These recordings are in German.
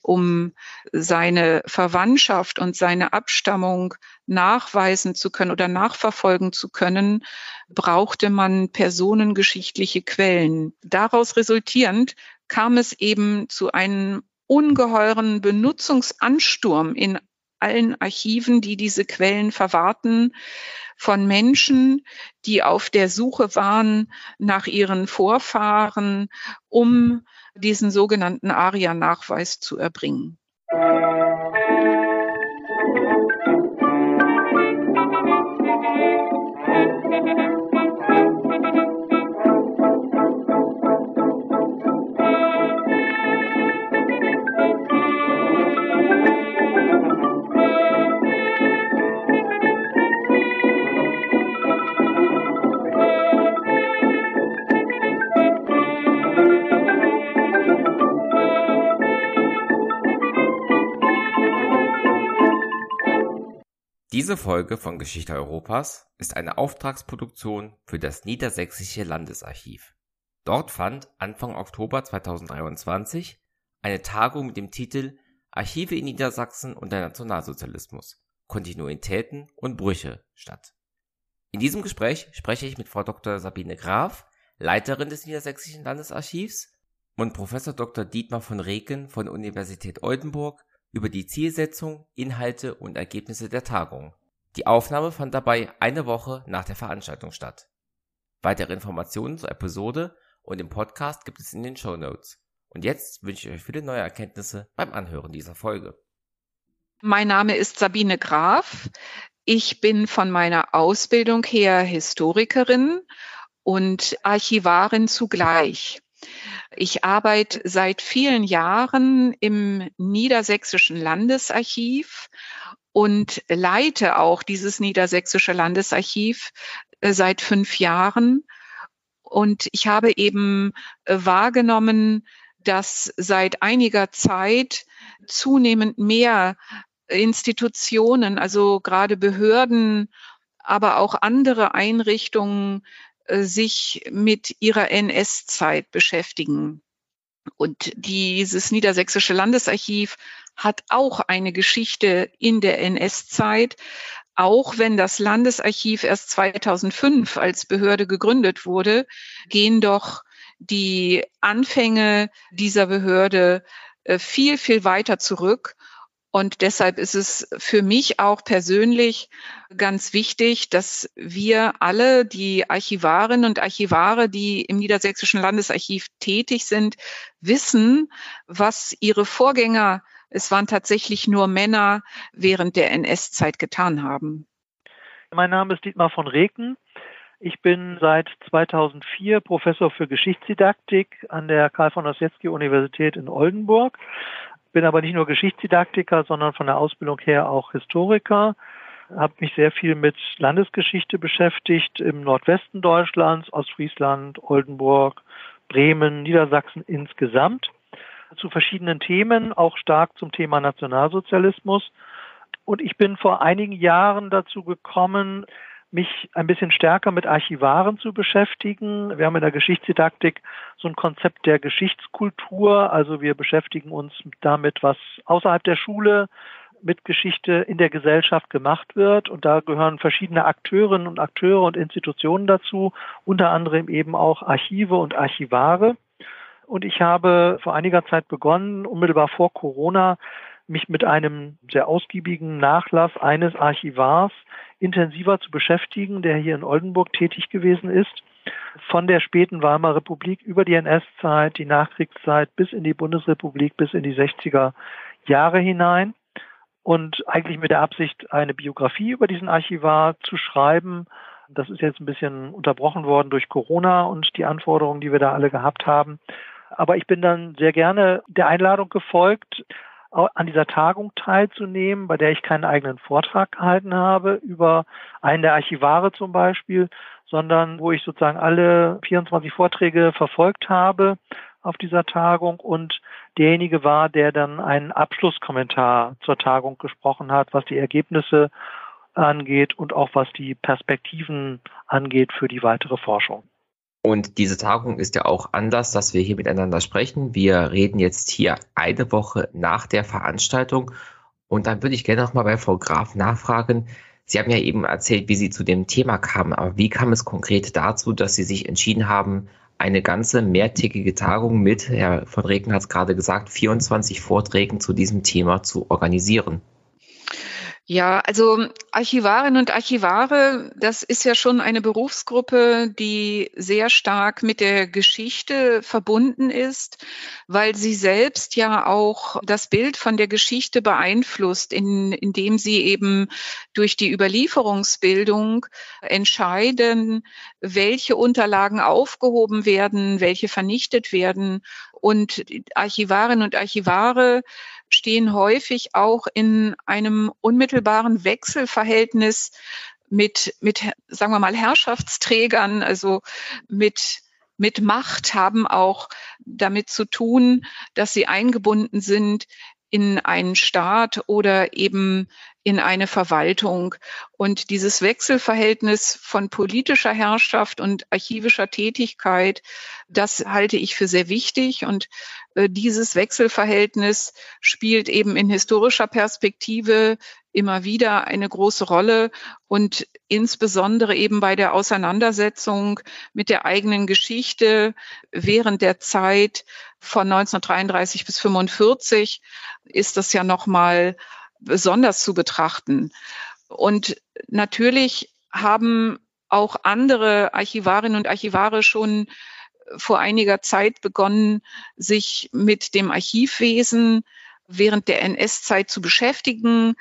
Um seine Verwandtschaft und seine Abstammung nachweisen zu können oder nachverfolgen zu können, brauchte man personengeschichtliche Quellen. Daraus resultierend kam es eben zu einem ungeheuren Benutzungsansturm in allen Archiven, die diese Quellen verwahrten, von Menschen, die auf der Suche waren nach ihren Vorfahren, um diesen sogenannten ARIA-Nachweis zu erbringen. Diese Folge von Geschichte Europas ist eine Auftragsproduktion für das Niedersächsische Landesarchiv. Dort fand Anfang Oktober 2023 eine Tagung mit dem Titel Archive in Niedersachsen und der Nationalsozialismus, Kontinuitäten und Brüche statt. In diesem Gespräch spreche ich mit Frau Dr. Sabine Graf, Leiterin des Niedersächsischen Landesarchivs, und Professor Dr. Dietmar von Reken von der Universität Oldenburg über die Zielsetzung, Inhalte und Ergebnisse der Tagung. Die Aufnahme fand dabei eine Woche nach der Veranstaltung statt. Weitere Informationen zur Episode und dem Podcast gibt es in den Shownotes. Und jetzt wünsche ich euch viele neue Erkenntnisse beim Anhören dieser Folge. Mein Name ist Sabine Graf. Ich bin von meiner Ausbildung her Historikerin und Archivarin zugleich. Ich arbeite seit vielen Jahren im Niedersächsischen Landesarchiv und leite auch dieses Niedersächsische Landesarchiv seit 5 Jahren. Und ich habe eben wahrgenommen, dass seit einiger Zeit zunehmend mehr Institutionen, also gerade Behörden, aber auch andere Einrichtungen sich mit ihrer NS-Zeit beschäftigen. Und dieses Niedersächsische Landesarchiv hat auch eine Geschichte in der NS-Zeit, auch wenn das Landesarchiv erst 2005 als Behörde gegründet wurde, gehen doch die Anfänge dieser Behörde viel, viel weiter zurück. Und deshalb ist es für mich auch persönlich ganz wichtig, dass wir alle, die Archivarinnen und Archivare, die im Niedersächsischen Landesarchiv tätig sind, wissen, was ihre Vorgänger, es waren tatsächlich nur Männer, während der NS-Zeit getan haben. Mein Name ist Dietmar von Reken. Ich bin seit 2004 Professor für Geschichtsdidaktik an der Karl von Ossietzky Universität in Oldenburg. Bin aber nicht nur Geschichtsdidaktiker, sondern von der Ausbildung her auch Historiker. Habe mich sehr viel mit Landesgeschichte beschäftigt im Nordwesten Deutschlands, Ostfriesland, Oldenburg, Bremen, Niedersachsen insgesamt. Zu verschiedenen Themen, auch stark zum Thema Nationalsozialismus. Und ich bin vor einigen Jahren dazu gekommen, mich ein bisschen stärker mit Archivaren zu beschäftigen. Wir haben in der Geschichtsdidaktik so ein Konzept der Geschichtskultur. Also wir beschäftigen uns damit, was außerhalb der Schule mit Geschichte in der Gesellschaft gemacht wird. Und da gehören verschiedene Akteurinnen und Akteure und Institutionen dazu, unter anderem eben auch Archive und Archivare. Und ich habe vor einiger Zeit begonnen, unmittelbar vor Corona, mich mit einem sehr ausgiebigen Nachlass eines Archivars intensiver zu beschäftigen, der hier in Oldenburg tätig gewesen ist, von der späten Weimarer Republik über die NS-Zeit, die Nachkriegszeit bis in die Bundesrepublik, bis in die 60er Jahre hinein und eigentlich mit der Absicht, eine Biografie über diesen Archivar zu schreiben. Das ist jetzt ein bisschen unterbrochen worden durch Corona und die Anforderungen, die wir da alle gehabt haben. Aber ich bin dann sehr gerne der Einladung gefolgt, an dieser Tagung teilzunehmen, bei der ich keinen eigenen Vortrag gehalten habe über einen der Archivare zum Beispiel, sondern wo ich sozusagen alle 24 Vorträge verfolgt habe auf dieser Tagung und derjenige war, der dann einen Abschlusskommentar zur Tagung gesprochen hat, was die Ergebnisse angeht und auch was die Perspektiven angeht für die weitere Forschung. Und diese Tagung ist ja auch Anlass, dass wir hier miteinander sprechen. Wir reden jetzt hier eine Woche nach der Veranstaltung. Und dann würde ich gerne noch mal bei Frau Graf nachfragen. Sie haben ja eben erzählt, wie Sie zu dem Thema kamen. Aber wie kam es konkret dazu, dass Sie sich entschieden haben, eine ganze mehrtägige Tagung mit, Herr von Reken hat es gerade gesagt, 24 Vorträgen zu diesem Thema zu organisieren? Ja, also Archivarinnen und Archivare, das ist ja schon eine Berufsgruppe, die sehr stark mit der Geschichte verbunden ist, weil sie selbst ja auch das Bild von der Geschichte beeinflusst, indem sie eben durch die Überlieferungsbildung entscheiden, welche Unterlagen aufgehoben werden, welche vernichtet werden. Und Archivarinnen und Archivare stehen häufig auch in einem unmittelbaren Wechselverhältnis mit, sagen wir mal, Herrschaftsträgern, also mit Macht, haben auch damit zu tun, dass sie eingebunden sind in einen Staat oder eben in eine Verwaltung. Und dieses Wechselverhältnis von politischer Herrschaft und archivischer Tätigkeit, das halte ich für sehr wichtig. Und dieses Wechselverhältnis spielt eben in historischer Perspektive immer wieder eine große Rolle und insbesondere eben bei der Auseinandersetzung mit der eigenen Geschichte während der Zeit von 1933 bis 1945 ist das ja nochmal besonders zu betrachten. Und natürlich haben auch andere Archivarinnen und Archivare schon vor einiger Zeit begonnen, sich mit dem Archivwesen während der NS-Zeit zu beschäftigen.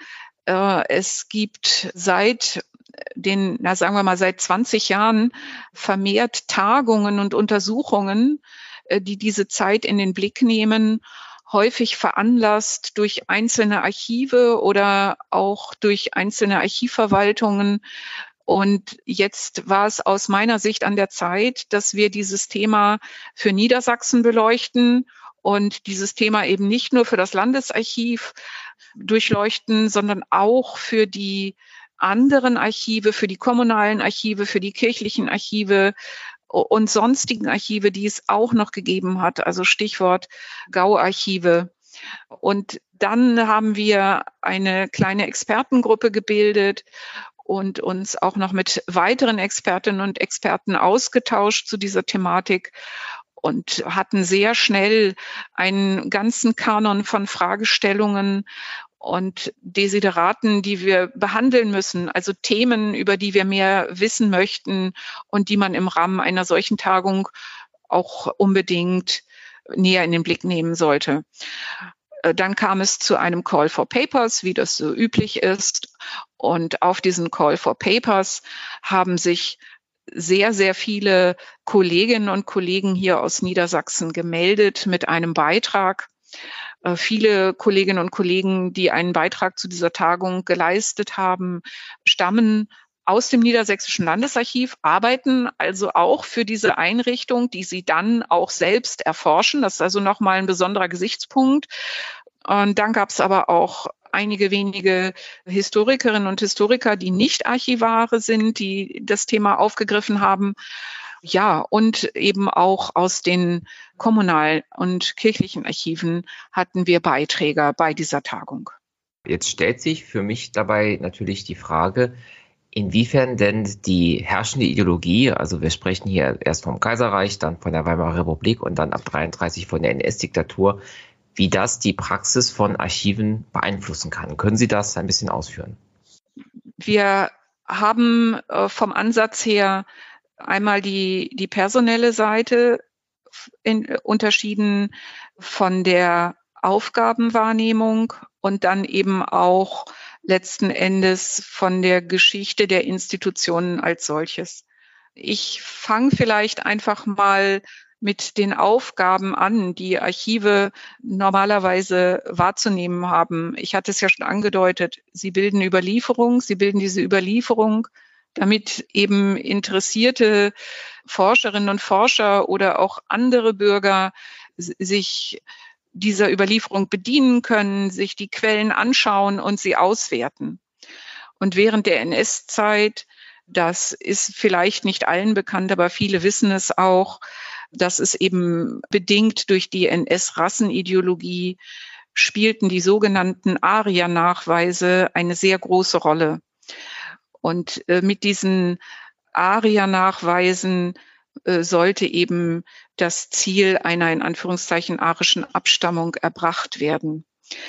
Es gibt seit sagen wir mal, seit 20 Jahren vermehrt Tagungen und Untersuchungen, die diese Zeit in den Blick nehmen, häufig veranlasst durch einzelne Archive oder auch durch einzelne Archivverwaltungen. Und jetzt war es aus meiner Sicht an der Zeit, dass wir dieses Thema für Niedersachsen beleuchten und dieses Thema eben nicht nur für das Landesarchiv durchleuchten, sondern auch für die anderen Archive, für die kommunalen Archive, für die kirchlichen Archive und sonstigen Archive, die es auch noch gegeben hat. Also Stichwort Gauarchive. Und dann haben wir eine kleine Expertengruppe gebildet und uns auch noch mit weiteren Expertinnen und Experten ausgetauscht zu dieser Thematik und hatten sehr schnell einen ganzen Kanon von Fragestellungen und Desideraten, die wir behandeln müssen, also Themen, über die wir mehr wissen möchten und die man im Rahmen einer solchen Tagung auch unbedingt näher in den Blick nehmen sollte. Dann kam es zu einem Call for Papers, wie das so üblich ist. Und auf diesen Call for Papers haben sich sehr, sehr viele Kolleginnen und Kollegen hier aus Niedersachsen gemeldet mit einem Beitrag. Viele Kolleginnen und Kollegen, die einen Beitrag zu dieser Tagung geleistet haben, stammen aus dem Niedersächsischen Landesarchiv, arbeiten also auch für diese Einrichtung, die sie dann auch selbst erforschen. Das ist also nochmal ein besonderer Gesichtspunkt. Und dann gab es aber auch einige wenige Historikerinnen und Historiker, die nicht Archivare sind, die das Thema aufgegriffen haben. Ja, und eben auch aus den kommunalen und kirchlichen Archiven hatten wir Beiträge bei dieser Tagung. Jetzt stellt sich für mich dabei natürlich die Frage, inwiefern denn die herrschende Ideologie, also wir sprechen hier erst vom Kaiserreich, dann von der Weimarer Republik und dann ab 1933 von der NS-Diktatur, wie das die Praxis von Archiven beeinflussen kann. Können Sie das ein bisschen ausführen? Wir haben vom Ansatz her einmal die personelle Seite unterschieden von der Aufgabenwahrnehmung und dann eben auch letzten Endes von der Geschichte der Institutionen als solches. Ich fange vielleicht einfach mal mit den Aufgaben an, die Archive normalerweise wahrzunehmen haben. Ich hatte es ja schon angedeutet, sie bilden Überlieferung, sie bilden diese Überlieferung, damit eben interessierte Forscherinnen und Forscher oder auch andere Bürger sich dieser Überlieferung bedienen können, sich die Quellen anschauen und sie auswerten. Und während der NS-Zeit Das ist vielleicht nicht allen bekannt, aber viele wissen es auch, dass es eben bedingt durch die NS-Rassenideologie spielten die sogenannten ARIA-Nachweise eine sehr große Rolle. Und mit diesen ARIA-Nachweisen sollte eben das Ziel einer in Anführungszeichen arischen Abstammung erbracht werden.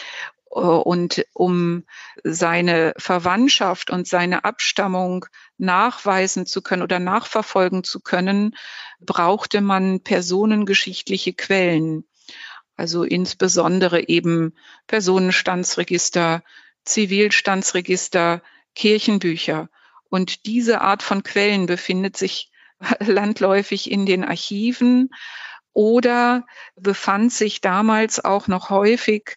Und um seine Verwandtschaft und seine Abstammung nachweisen zu können oder nachverfolgen zu können, brauchte man personengeschichtliche Quellen. Also insbesondere eben Personenstandsregister, Zivilstandsregister, Kirchenbücher. Und diese Art von Quellen befindet sich landläufig in den Archiven oder befand sich damals auch noch häufig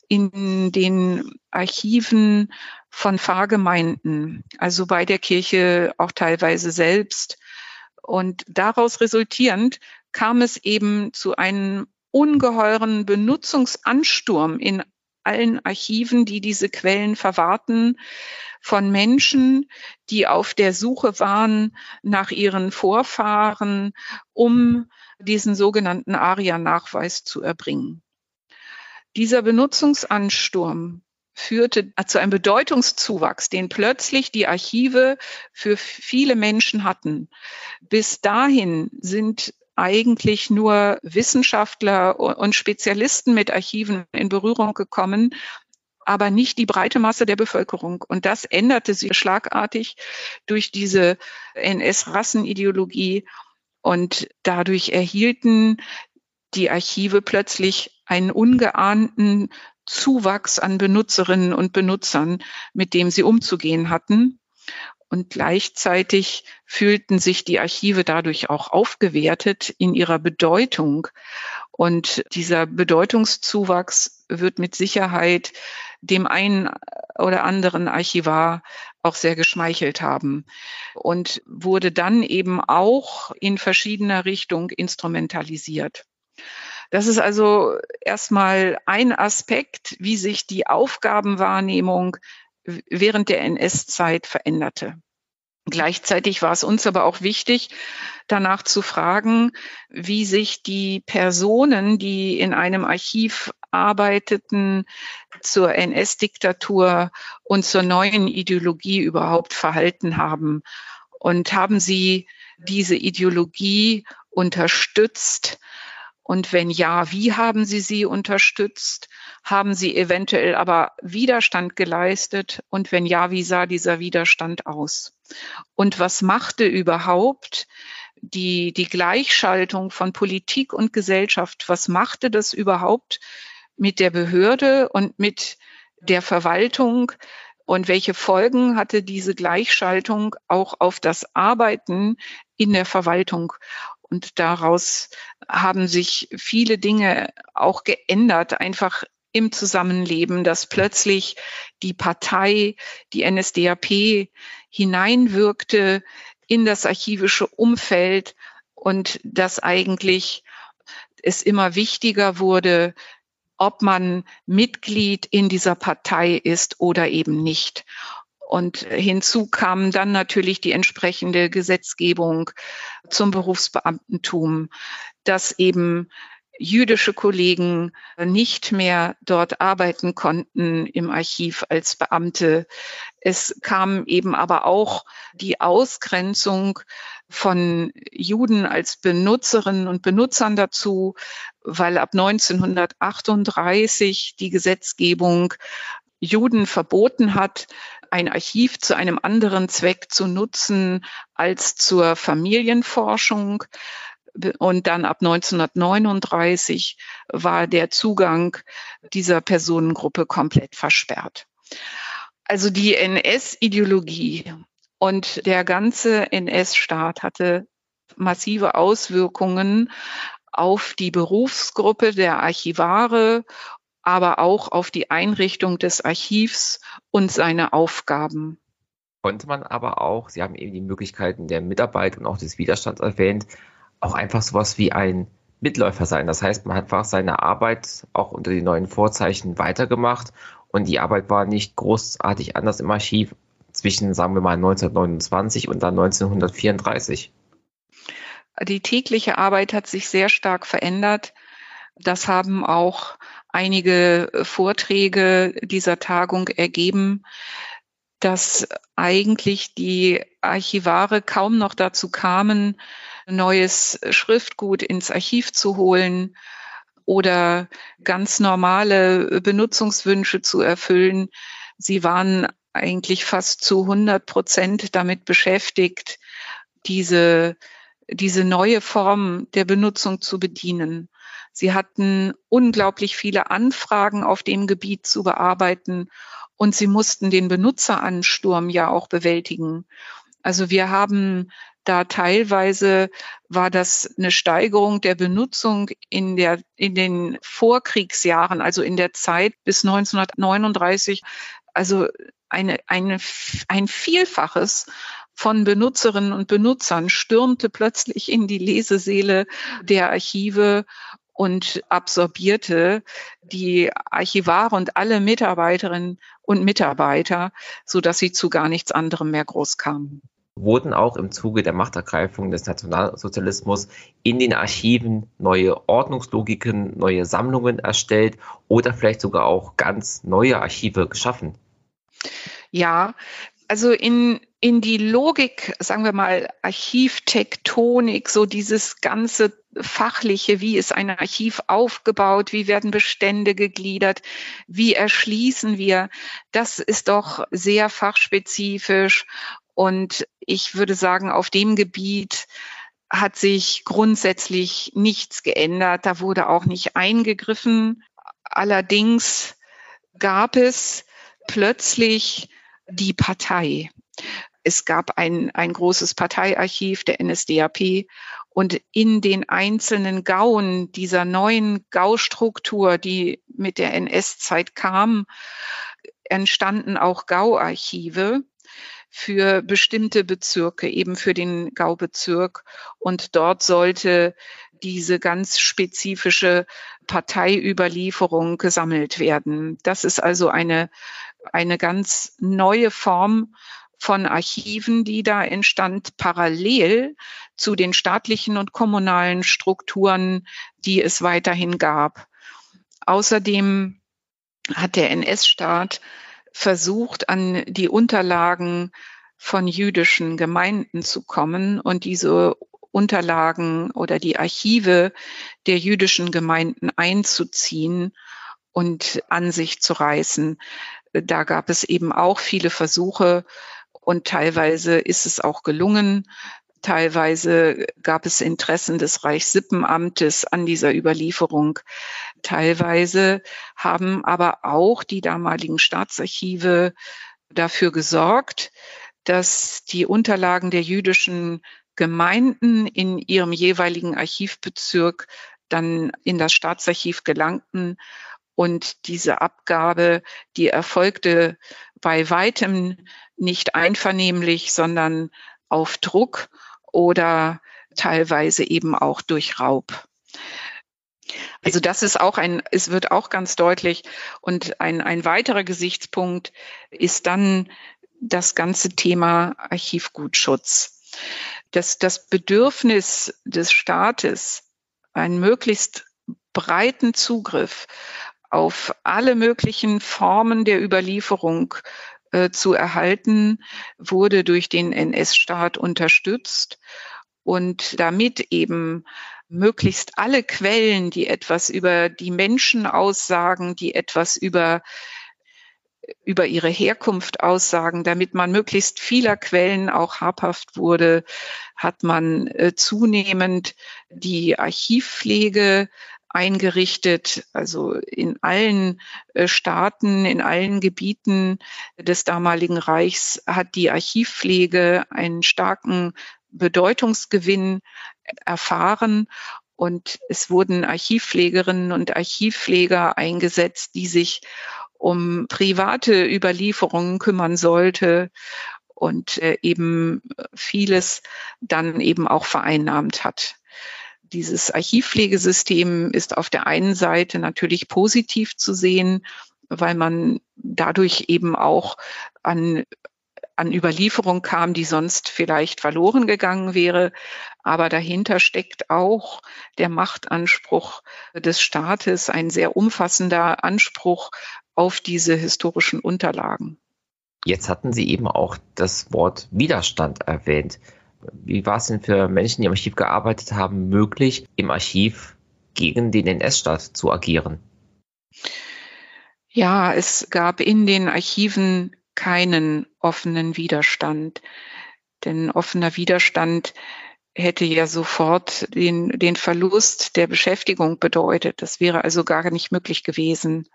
in den Archiven von Pfarrgemeinden, also bei der Kirche auch teilweise selbst. Und daraus resultierend kam es eben zu einem ungeheuren Benutzungsansturm in allen Archiven, die diese Quellen verwahrten, von Menschen, die auf der Suche waren nach ihren Vorfahren, um diesen sogenannten ARIA-Nachweis zu erbringen. Dieser Benutzungsansturm führte zu einem Bedeutungszuwachs, den plötzlich die Archive für viele Menschen hatten. Bis dahin sind eigentlich nur Wissenschaftler und Spezialisten mit Archiven in Berührung gekommen, aber nicht die breite Masse der Bevölkerung. Und das änderte sich schlagartig durch diese NS-Rassenideologie. Und dadurch erhielten die Archive plötzlich einen ungeahnten Zuwachs an Benutzerinnen und Benutzern, mit dem sie umzugehen hatten. Und gleichzeitig fühlten sich die Archive dadurch auch aufgewertet in ihrer Bedeutung. Und dieser Bedeutungszuwachs wird mit Sicherheit dem einen oder anderen Archivar auch sehr geschmeichelt haben und wurde dann eben auch in verschiedener Richtung instrumentalisiert. Das ist also erstmal ein Aspekt, wie sich die Aufgabenwahrnehmung während der NS-Zeit veränderte. Gleichzeitig war es uns aber auch wichtig, danach zu fragen, wie sich die Personen, die in einem Archiv arbeiteten, zur NS-Diktatur und zur neuen Ideologie überhaupt verhalten haben. Und haben sie diese Ideologie unterstützt? Und wenn ja, wie haben sie unterstützt? Haben sie eventuell aber Widerstand geleistet? Und wenn ja, wie sah dieser Widerstand aus? Und was machte überhaupt die Gleichschaltung von Politik und Gesellschaft? Was machte das überhaupt mit der Behörde und mit der Verwaltung? Und welche Folgen hatte diese Gleichschaltung auch auf das Arbeiten in der Verwaltung? Und daraus haben sich viele Dinge auch geändert, einfach im Zusammenleben, dass plötzlich die Partei, die NSDAP, hineinwirkte in das archivische Umfeld und dass eigentlich es immer wichtiger wurde, ob man Mitglied in dieser Partei ist oder eben nicht. Und hinzu kam dann natürlich die entsprechende Gesetzgebung zum Berufsbeamtentum, dass eben jüdische Kollegen nicht mehr dort arbeiten konnten im Archiv als Beamte. Es kam eben aber auch die Ausgrenzung von Juden als Benutzerinnen und Benutzern dazu, weil ab 1938 die Gesetzgebung Juden verboten hat, ein Archiv zu einem anderen Zweck zu nutzen als zur Familienforschung. Und dann ab 1939 war der Zugang dieser Personengruppe komplett versperrt. Also die NS-Ideologie und der ganze NS-Staat hatte massive Auswirkungen auf die Berufsgruppe der Archivare, aber auch auf die Einrichtung des Archivs und seine Aufgaben. Konnte man aber auch, Sie haben eben die Möglichkeiten der Mitarbeit und auch des Widerstands erwähnt, auch einfach sowas wie ein Mitläufer sein. Das heißt, man hat einfach seine Arbeit auch unter den neuen Vorzeichen weitergemacht und die Arbeit war nicht großartig anders im Archiv zwischen, sagen wir mal, 1929 und dann 1934? Die tägliche Arbeit hat sich sehr stark verändert. Das haben auch einige Vorträge dieser Tagung ergeben, dass eigentlich die Archivare kaum noch dazu kamen, neues Schriftgut ins Archiv zu holen oder ganz normale Benutzungswünsche zu erfüllen. Sie waren eigentlich fast zu 100% damit beschäftigt, diese neue Form der Benutzung zu bedienen. Sie hatten unglaublich viele Anfragen auf dem Gebiet zu bearbeiten und sie mussten den Benutzeransturm ja auch bewältigen. Also wir haben da teilweise war das eine Steigerung der Benutzung in den Vorkriegsjahren, also in der Zeit bis 1939, also ein Vielfaches von Benutzerinnen und Benutzern stürmte plötzlich in die Lesesäle der Archive und absorbierte die Archivare und alle Mitarbeiterinnen und Mitarbeiter, sodass sie zu gar nichts anderem mehr groß kamen. Wurden auch im Zuge der Machtergreifung des Nationalsozialismus in den Archiven neue Ordnungslogiken, neue Sammlungen erstellt oder vielleicht sogar auch ganz neue Archive geschaffen? Ja, also in die Logik, sagen wir mal, Archivtektonik, so dieses ganze Fachliche, wie ist ein Archiv aufgebaut, wie werden Bestände gegliedert, wie erschließen wir, das ist doch sehr fachspezifisch. Und ich würde sagen, auf dem Gebiet hat sich grundsätzlich nichts geändert. Da wurde auch nicht eingegriffen. Allerdings gab es plötzlich die Partei. Es gab ein großes Parteiarchiv der NSDAP und in den einzelnen Gauen dieser neuen Gaustruktur, die mit der NS-Zeit kam, entstanden auch Gauarchive für bestimmte Bezirke, eben für den Gaubezirk. Und dort sollte diese ganz spezifische Parteiüberlieferung gesammelt werden. Das ist also eine ganz neue Form von Archiven, die da entstand, parallel zu den staatlichen und kommunalen Strukturen, die es weiterhin gab. Außerdem hat der NS-Staat versucht, an die Unterlagen von jüdischen Gemeinden zu kommen und diese Unterlagen oder die Archive der jüdischen Gemeinden einzuziehen und an sich zu reißen. Da gab es eben auch viele Versuche und teilweise ist es auch gelungen. Teilweise gab es Interessen des Reichssippenamtes an dieser Überlieferung. Teilweise haben aber auch die damaligen Staatsarchive dafür gesorgt, dass die Unterlagen der jüdischen Gemeinden in ihrem jeweiligen Archivbezirk dann in das Staatsarchiv gelangten. Und diese Abgabe, die erfolgte bei weitem nicht einvernehmlich, sondern auf Druck oder teilweise eben auch durch Raub. Also das ist auch es wird auch ganz deutlich. Und ein weiterer Gesichtspunkt ist dann das ganze Thema Archivgutschutz. Das Bedürfnis des Staates, einen möglichst breiten Zugriff auf alle möglichen Formen der Überlieferung zu erhalten, wurde durch den NS-Staat unterstützt. Und damit eben möglichst alle Quellen, die etwas über die Menschen aussagen, die etwas über ihre Herkunft aussagen, damit man möglichst vieler Quellen auch habhaft wurde, hat man zunehmend die Archivpflege eingerichtet, also in allen Staaten, in allen Gebieten des damaligen Reichs hat die Archivpflege einen starken Bedeutungsgewinn erfahren und es wurden Archivpflegerinnen und Archivpfleger eingesetzt, die sich um private Überlieferungen kümmern sollte und eben vieles dann eben auch vereinnahmt hat. Dieses Archivpflegesystem ist auf der einen Seite natürlich positiv zu sehen, weil man dadurch eben auch an an Überlieferung kam, die sonst vielleicht verloren gegangen wäre. Aber dahinter steckt auch der Machtanspruch des Staates, ein sehr umfassender Anspruch auf diese historischen Unterlagen. Jetzt hatten Sie eben auch das Wort Widerstand erwähnt. Wie war es denn für Menschen, die im Archiv gearbeitet haben, möglich, im Archiv gegen den NS-Staat zu agieren? Ja, es gab in den Archiven keinen offenen Widerstand. Denn offener Widerstand hätte ja sofort den Verlust der Beschäftigung bedeutet. Das wäre also gar nicht möglich gewesen.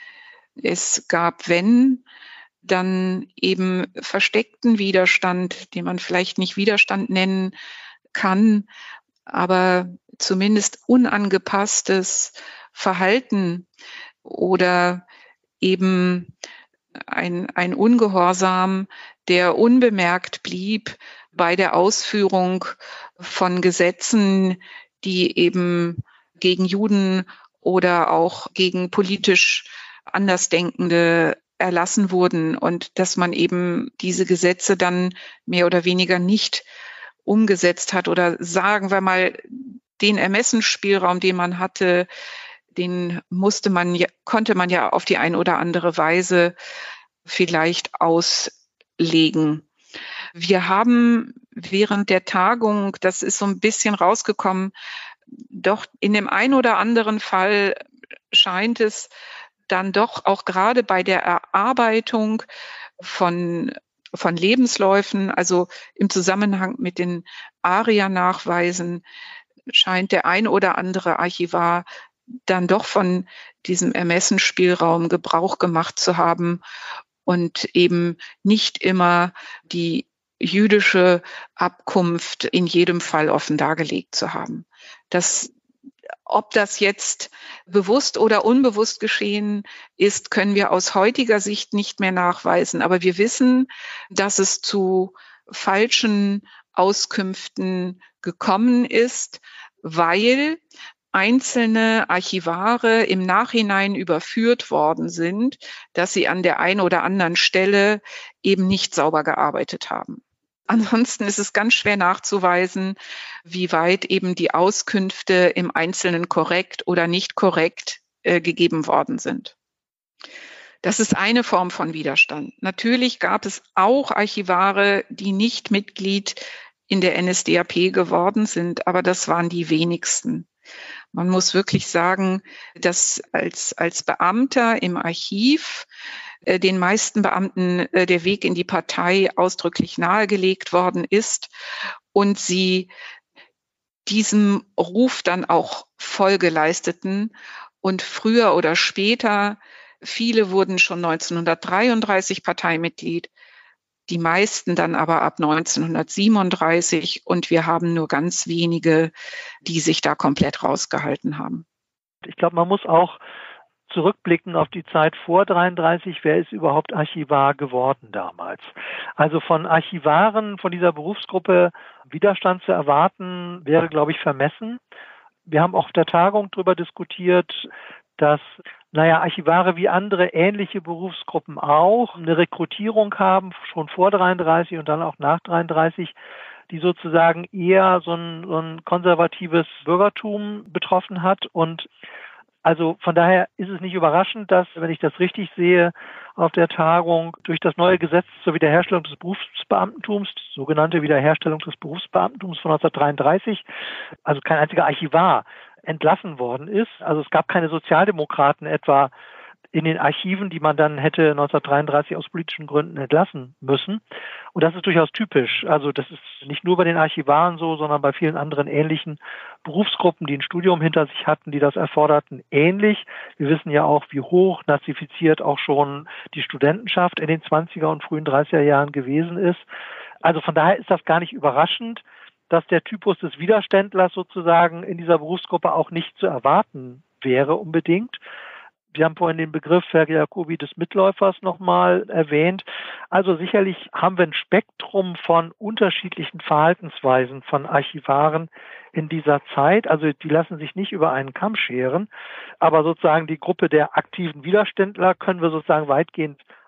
Es gab, wenn, dann eben versteckten Widerstand, den man vielleicht nicht Widerstand nennen kann, aber zumindest unangepasstes Verhalten oder eben ein Ungehorsam, der unbemerkt blieb bei der Ausführung von Gesetzen, die eben gegen Juden oder auch gegen politisch Andersdenkende erlassen wurden und dass man eben diese Gesetze dann mehr oder weniger nicht umgesetzt hat oder sagen wir mal, den Ermessensspielraum, den man hatte, den konnte man ja auf die eine oder andere Weise vielleicht auslegen. Wir haben während der Tagung, das ist so ein bisschen rausgekommen, doch in dem einen oder anderen Fall scheint es dann doch auch gerade bei der Erarbeitung von Lebensläufen, also im Zusammenhang mit den ARIA-Nachweisen, scheint der ein oder andere Archivar dann doch von diesem Ermessensspielraum Gebrauch gemacht zu haben und eben nicht immer die jüdische Abkunft in jedem Fall offen dargelegt zu haben. Ob das jetzt bewusst oder unbewusst geschehen ist, können wir aus heutiger Sicht nicht mehr nachweisen. Aber wir wissen, dass es zu falschen Auskünften gekommen ist, weil einzelne Archivare im Nachhinein überführt worden sind, dass sie an der einen oder anderen Stelle eben nicht sauber gearbeitet haben. Ansonsten ist es ganz schwer nachzuweisen, wie weit eben die Auskünfte im Einzelnen korrekt oder nicht korrekt gegeben worden sind. Das ist eine Form von Widerstand. Natürlich gab es auch Archivare, die nicht Mitglied in der NSDAP geworden sind, aber das waren die wenigsten. Man muss wirklich sagen, dass als Beamter im Archiv den meisten Beamten der Weg in die Partei ausdrücklich nahegelegt worden ist und sie diesem Ruf dann auch Folge leisteten. Und früher oder später, viele wurden schon 1933 Parteimitglied, die meisten dann aber ab 1937 und wir haben nur ganz wenige, die sich da komplett rausgehalten haben. Ich glaube, man muss auch zurückblicken auf die Zeit vor 33, wer ist überhaupt Archivar geworden damals? Also von Archivaren, von dieser Berufsgruppe Widerstand zu erwarten, wäre, glaube ich, vermessen. Wir haben auch auf der Tagung darüber diskutiert, dass Archivare wie andere ähnliche Berufsgruppen auch eine Rekrutierung haben, schon vor 33 und dann auch nach 33, die sozusagen eher so ein konservatives Bürgertum betroffen hat. Und also von daher ist es nicht überraschend, dass, wenn ich das richtig sehe, auf der Tagung durch das neue Gesetz zur Wiederherstellung des Berufsbeamtentums, die sogenannte Wiederherstellung des Berufsbeamtentums von 1933, also kein einziger Archivar entlassen worden ist. Also es gab keine Sozialdemokraten etwa in den Archiven, die man dann hätte 1933 aus politischen Gründen entlassen müssen. Und das ist durchaus typisch. Also das ist nicht nur bei den Archivaren so, sondern bei vielen anderen ähnlichen Berufsgruppen, die ein Studium hinter sich hatten, die das erforderten, ähnlich. Wir wissen ja auch, wie hoch nazifiziert auch schon die Studentenschaft in den 20er und frühen 30er Jahren gewesen ist. Also von daher ist das gar nicht überraschend, dass der Typus des Widerständlers sozusagen in dieser Berufsgruppe auch nicht zu erwarten wäre unbedingt. Wir haben vorhin den Begriff, Herr Jacobi, des Mitläufers nochmal erwähnt. Also sicherlich haben wir ein Spektrum von unterschiedlichen Verhaltensweisen von Archivaren in dieser Zeit. Also die lassen sich nicht über einen Kamm scheren. Aber sozusagen die Gruppe der aktiven Widerständler können wir sozusagen weitgehend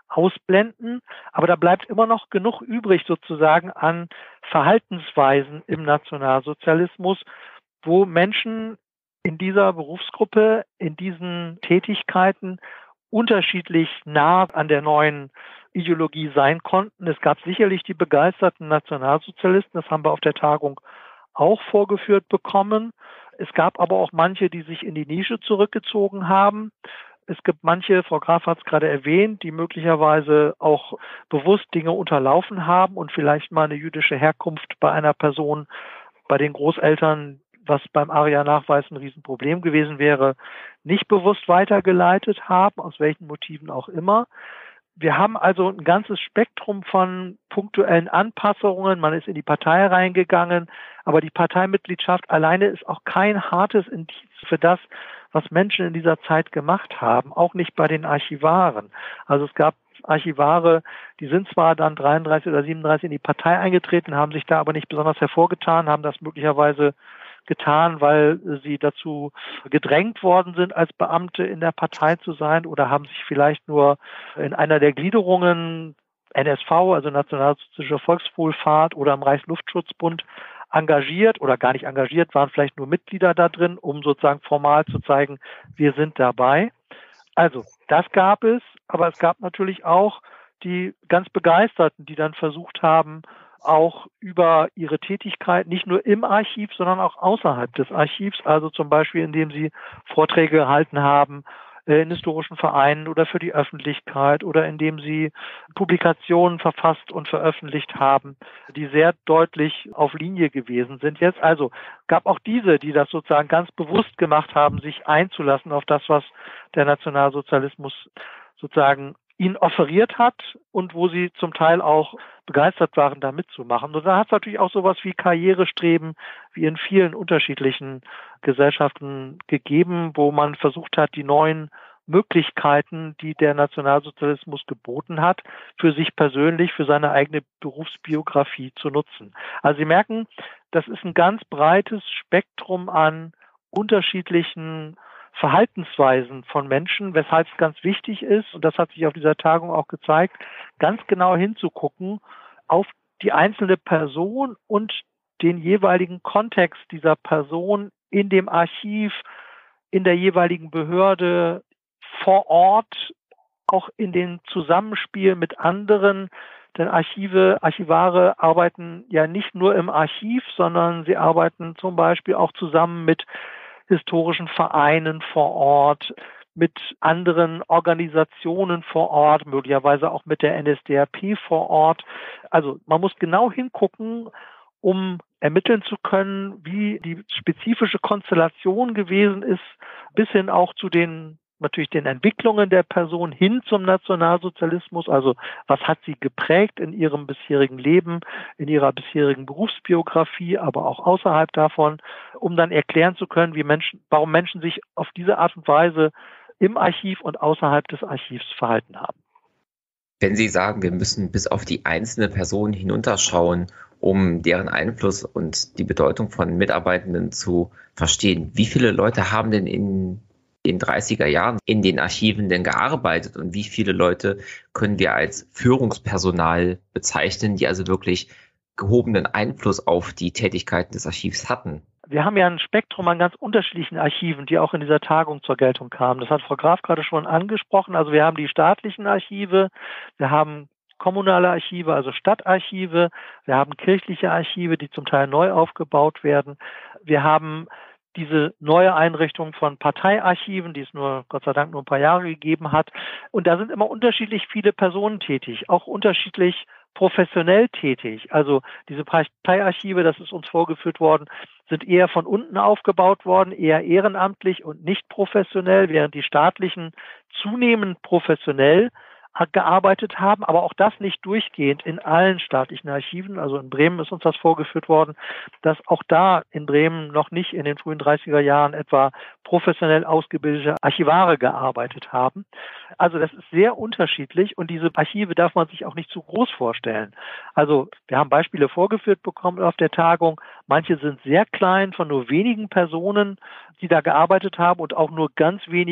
ausblenden. Aber da bleibt immer noch genug übrig sozusagen an Verhaltensweisen im Nationalsozialismus, wo Menschen in dieser Berufsgruppe, in diesen Tätigkeiten unterschiedlich nah an der neuen Ideologie sein konnten. Es gab sicherlich die begeisterten Nationalsozialisten, das haben wir auf der Tagung auch vorgeführt bekommen. Es gab aber auch manche, die sich in die Nische zurückgezogen haben. Es gibt manche, Frau Graf hat es gerade erwähnt, die möglicherweise auch bewusst Dinge unterlaufen haben und vielleicht mal eine jüdische Herkunft bei einer Person, bei den Großeltern, was beim ARIA-Nachweis ein Riesenproblem gewesen wäre, nicht bewusst weitergeleitet haben, aus welchen Motiven auch immer. Wir haben also ein ganzes Spektrum von punktuellen Anpassungen. Man ist in die Partei reingegangen, aber die Parteimitgliedschaft alleine ist auch kein hartes Indiz für das, was Menschen in dieser Zeit gemacht haben, auch nicht bei den Archivaren. Also es gab Archivare, die sind zwar dann 33 oder 37 in die Partei eingetreten, haben sich da aber nicht besonders hervorgetan, haben das möglicherweise getan, weil sie dazu gedrängt worden sind, als Beamte in der Partei zu sein, oder haben sich vielleicht nur in einer der Gliederungen NSV, also Nationalsozialistische Volkswohlfahrt, oder im Reichsluftschutzbund engagiert oder gar nicht engagiert, waren vielleicht nur Mitglieder da drin, um sozusagen formal zu zeigen, wir sind dabei. Also das gab es, aber es gab natürlich auch die ganz Begeisterten, die dann versucht haben, auch über ihre Tätigkeit nicht nur im Archiv, sondern auch außerhalb des Archivs, also zum Beispiel indem sie Vorträge gehalten haben in historischen Vereinen oder für die Öffentlichkeit oder indem sie Publikationen verfasst und veröffentlicht haben, die sehr deutlich auf Linie gewesen sind. Jetzt also gab auch diese, die das sozusagen ganz bewusst gemacht haben, sich einzulassen auf das, was der Nationalsozialismus sozusagen ihnen offeriert hat und wo sie zum Teil auch begeistert waren, da mitzumachen. Und da hat es natürlich auch sowas wie Karrierestreben wie in vielen unterschiedlichen Gesellschaften gegeben, wo man versucht hat, die neuen Möglichkeiten, die der Nationalsozialismus geboten hat, für sich persönlich, für seine eigene Berufsbiografie zu nutzen. Also Sie merken, das ist ein ganz breites Spektrum an unterschiedlichen Verhaltensweisen von Menschen, weshalb es ganz wichtig ist, und das hat sich auf dieser Tagung auch gezeigt, ganz genau hinzugucken auf die einzelne Person und den jeweiligen Kontext dieser Person in dem Archiv, in der jeweiligen Behörde, vor Ort, auch in den Zusammenspiel mit anderen. Denn Archivare arbeiten ja nicht nur im Archiv, sondern sie arbeiten zum Beispiel auch zusammen mit historischen Vereinen vor Ort, mit anderen Organisationen vor Ort, möglicherweise auch mit der NSDAP vor Ort. Also man muss genau hingucken, um ermitteln zu können, wie die spezifische Konstellation gewesen ist, bis hin auch zu den Entwicklungen der Person hin zum Nationalsozialismus. Also was hat sie geprägt in ihrem bisherigen Leben, in ihrer bisherigen Berufsbiografie, aber auch außerhalb davon, um dann erklären zu können, warum Menschen sich auf diese Art und Weise im Archiv und außerhalb des Archivs verhalten haben. Wenn Sie sagen, wir müssen bis auf die einzelne Person hinunterschauen, um deren Einfluss und die Bedeutung von Mitarbeitenden zu verstehen, wie viele Leute haben denn in den 30er Jahren in den Archiven denn gearbeitet und wie viele Leute können wir als Führungspersonal bezeichnen, die also wirklich gehobenen Einfluss auf die Tätigkeiten des Archivs hatten? Wir haben ja ein Spektrum an ganz unterschiedlichen Archiven, die auch in dieser Tagung zur Geltung kamen. Das hat Frau Graf gerade schon angesprochen. Also wir haben die staatlichen Archive, wir haben kommunale Archive, also Stadtarchive, wir haben kirchliche Archive, die zum Teil neu aufgebaut werden. Wir haben diese neue Einrichtung von Parteiarchiven, die es nur, Gott sei Dank, nur ein paar Jahre gegeben hat. Und da sind immer unterschiedlich viele Personen tätig, auch unterschiedlich professionell tätig. Also diese Parteiarchive, das ist uns vorgeführt worden, sind eher von unten aufgebaut worden, eher ehrenamtlich und nicht professionell, während die staatlichen zunehmend professionell gearbeitet haben, aber auch das nicht durchgehend in allen staatlichen Archiven. Also in Bremen ist uns das vorgeführt worden, dass auch da in Bremen noch nicht in den frühen 30er Jahren etwa professionell ausgebildete Archivare gearbeitet haben. Also das ist sehr unterschiedlich und diese Archive darf man sich auch nicht zu groß vorstellen. Also wir haben Beispiele vorgeführt bekommen auf der Tagung. Manche sind sehr klein, von nur wenigen Personen, die da gearbeitet haben und auch nur ganz wenige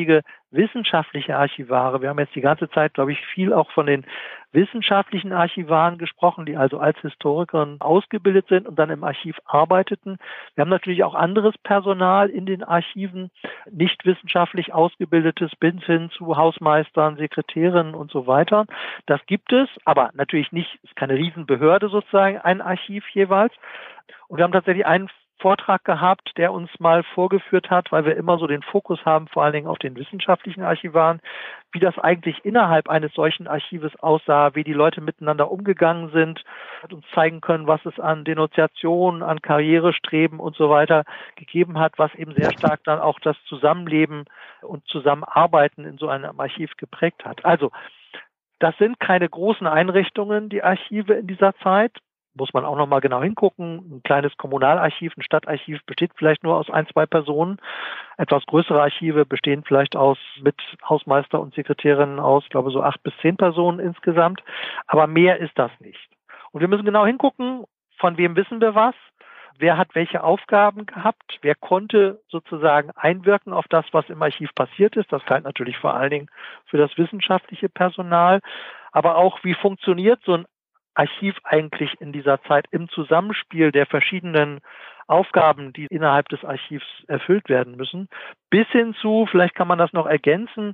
wissenschaftliche Archivare. Wir haben jetzt die ganze Zeit, glaube ich, viel auch von den wissenschaftlichen Archivaren gesprochen, die also als Historikerin ausgebildet sind und dann im Archiv arbeiteten. Wir haben natürlich auch anderes Personal in den Archiven, nicht wissenschaftlich ausgebildetes bis hin zu Hausmeistern, Sekretärinnen und so weiter. Das gibt es, aber natürlich nicht, ist keine Riesenbehörde sozusagen, ein Archiv jeweils. Und wir haben tatsächlich einen Vortrag gehabt, der uns mal vorgeführt hat, weil wir immer so den Fokus haben, vor allen Dingen auf den wissenschaftlichen Archivaren, wie das eigentlich innerhalb eines solchen Archives aussah, wie die Leute miteinander umgegangen sind, hat uns zeigen können, was es an Denunziationen, an Karrierestreben und so weiter gegeben hat, was eben sehr stark dann auch das Zusammenleben und Zusammenarbeiten in so einem Archiv geprägt hat. Also, das sind keine großen Einrichtungen, die Archive in dieser Zeit. Muss man auch noch mal genau hingucken. Ein kleines Kommunalarchiv, ein Stadtarchiv besteht vielleicht nur aus 1, 2 Personen. Etwas größere Archive bestehen vielleicht mit Hausmeister und Sekretärinnen aus, ich glaube, so 8 bis 10 Personen insgesamt. Aber mehr ist das nicht. Und wir müssen genau hingucken, von wem wissen wir was? Wer hat welche Aufgaben gehabt? Wer konnte sozusagen einwirken auf das, was im Archiv passiert ist? Das galt natürlich vor allen Dingen für das wissenschaftliche Personal. Aber auch, wie funktioniert so ein Archiv eigentlich in dieser Zeit im Zusammenspiel der verschiedenen Aufgaben, die innerhalb des Archivs erfüllt werden müssen, bis hin zu, vielleicht kann man das noch ergänzen,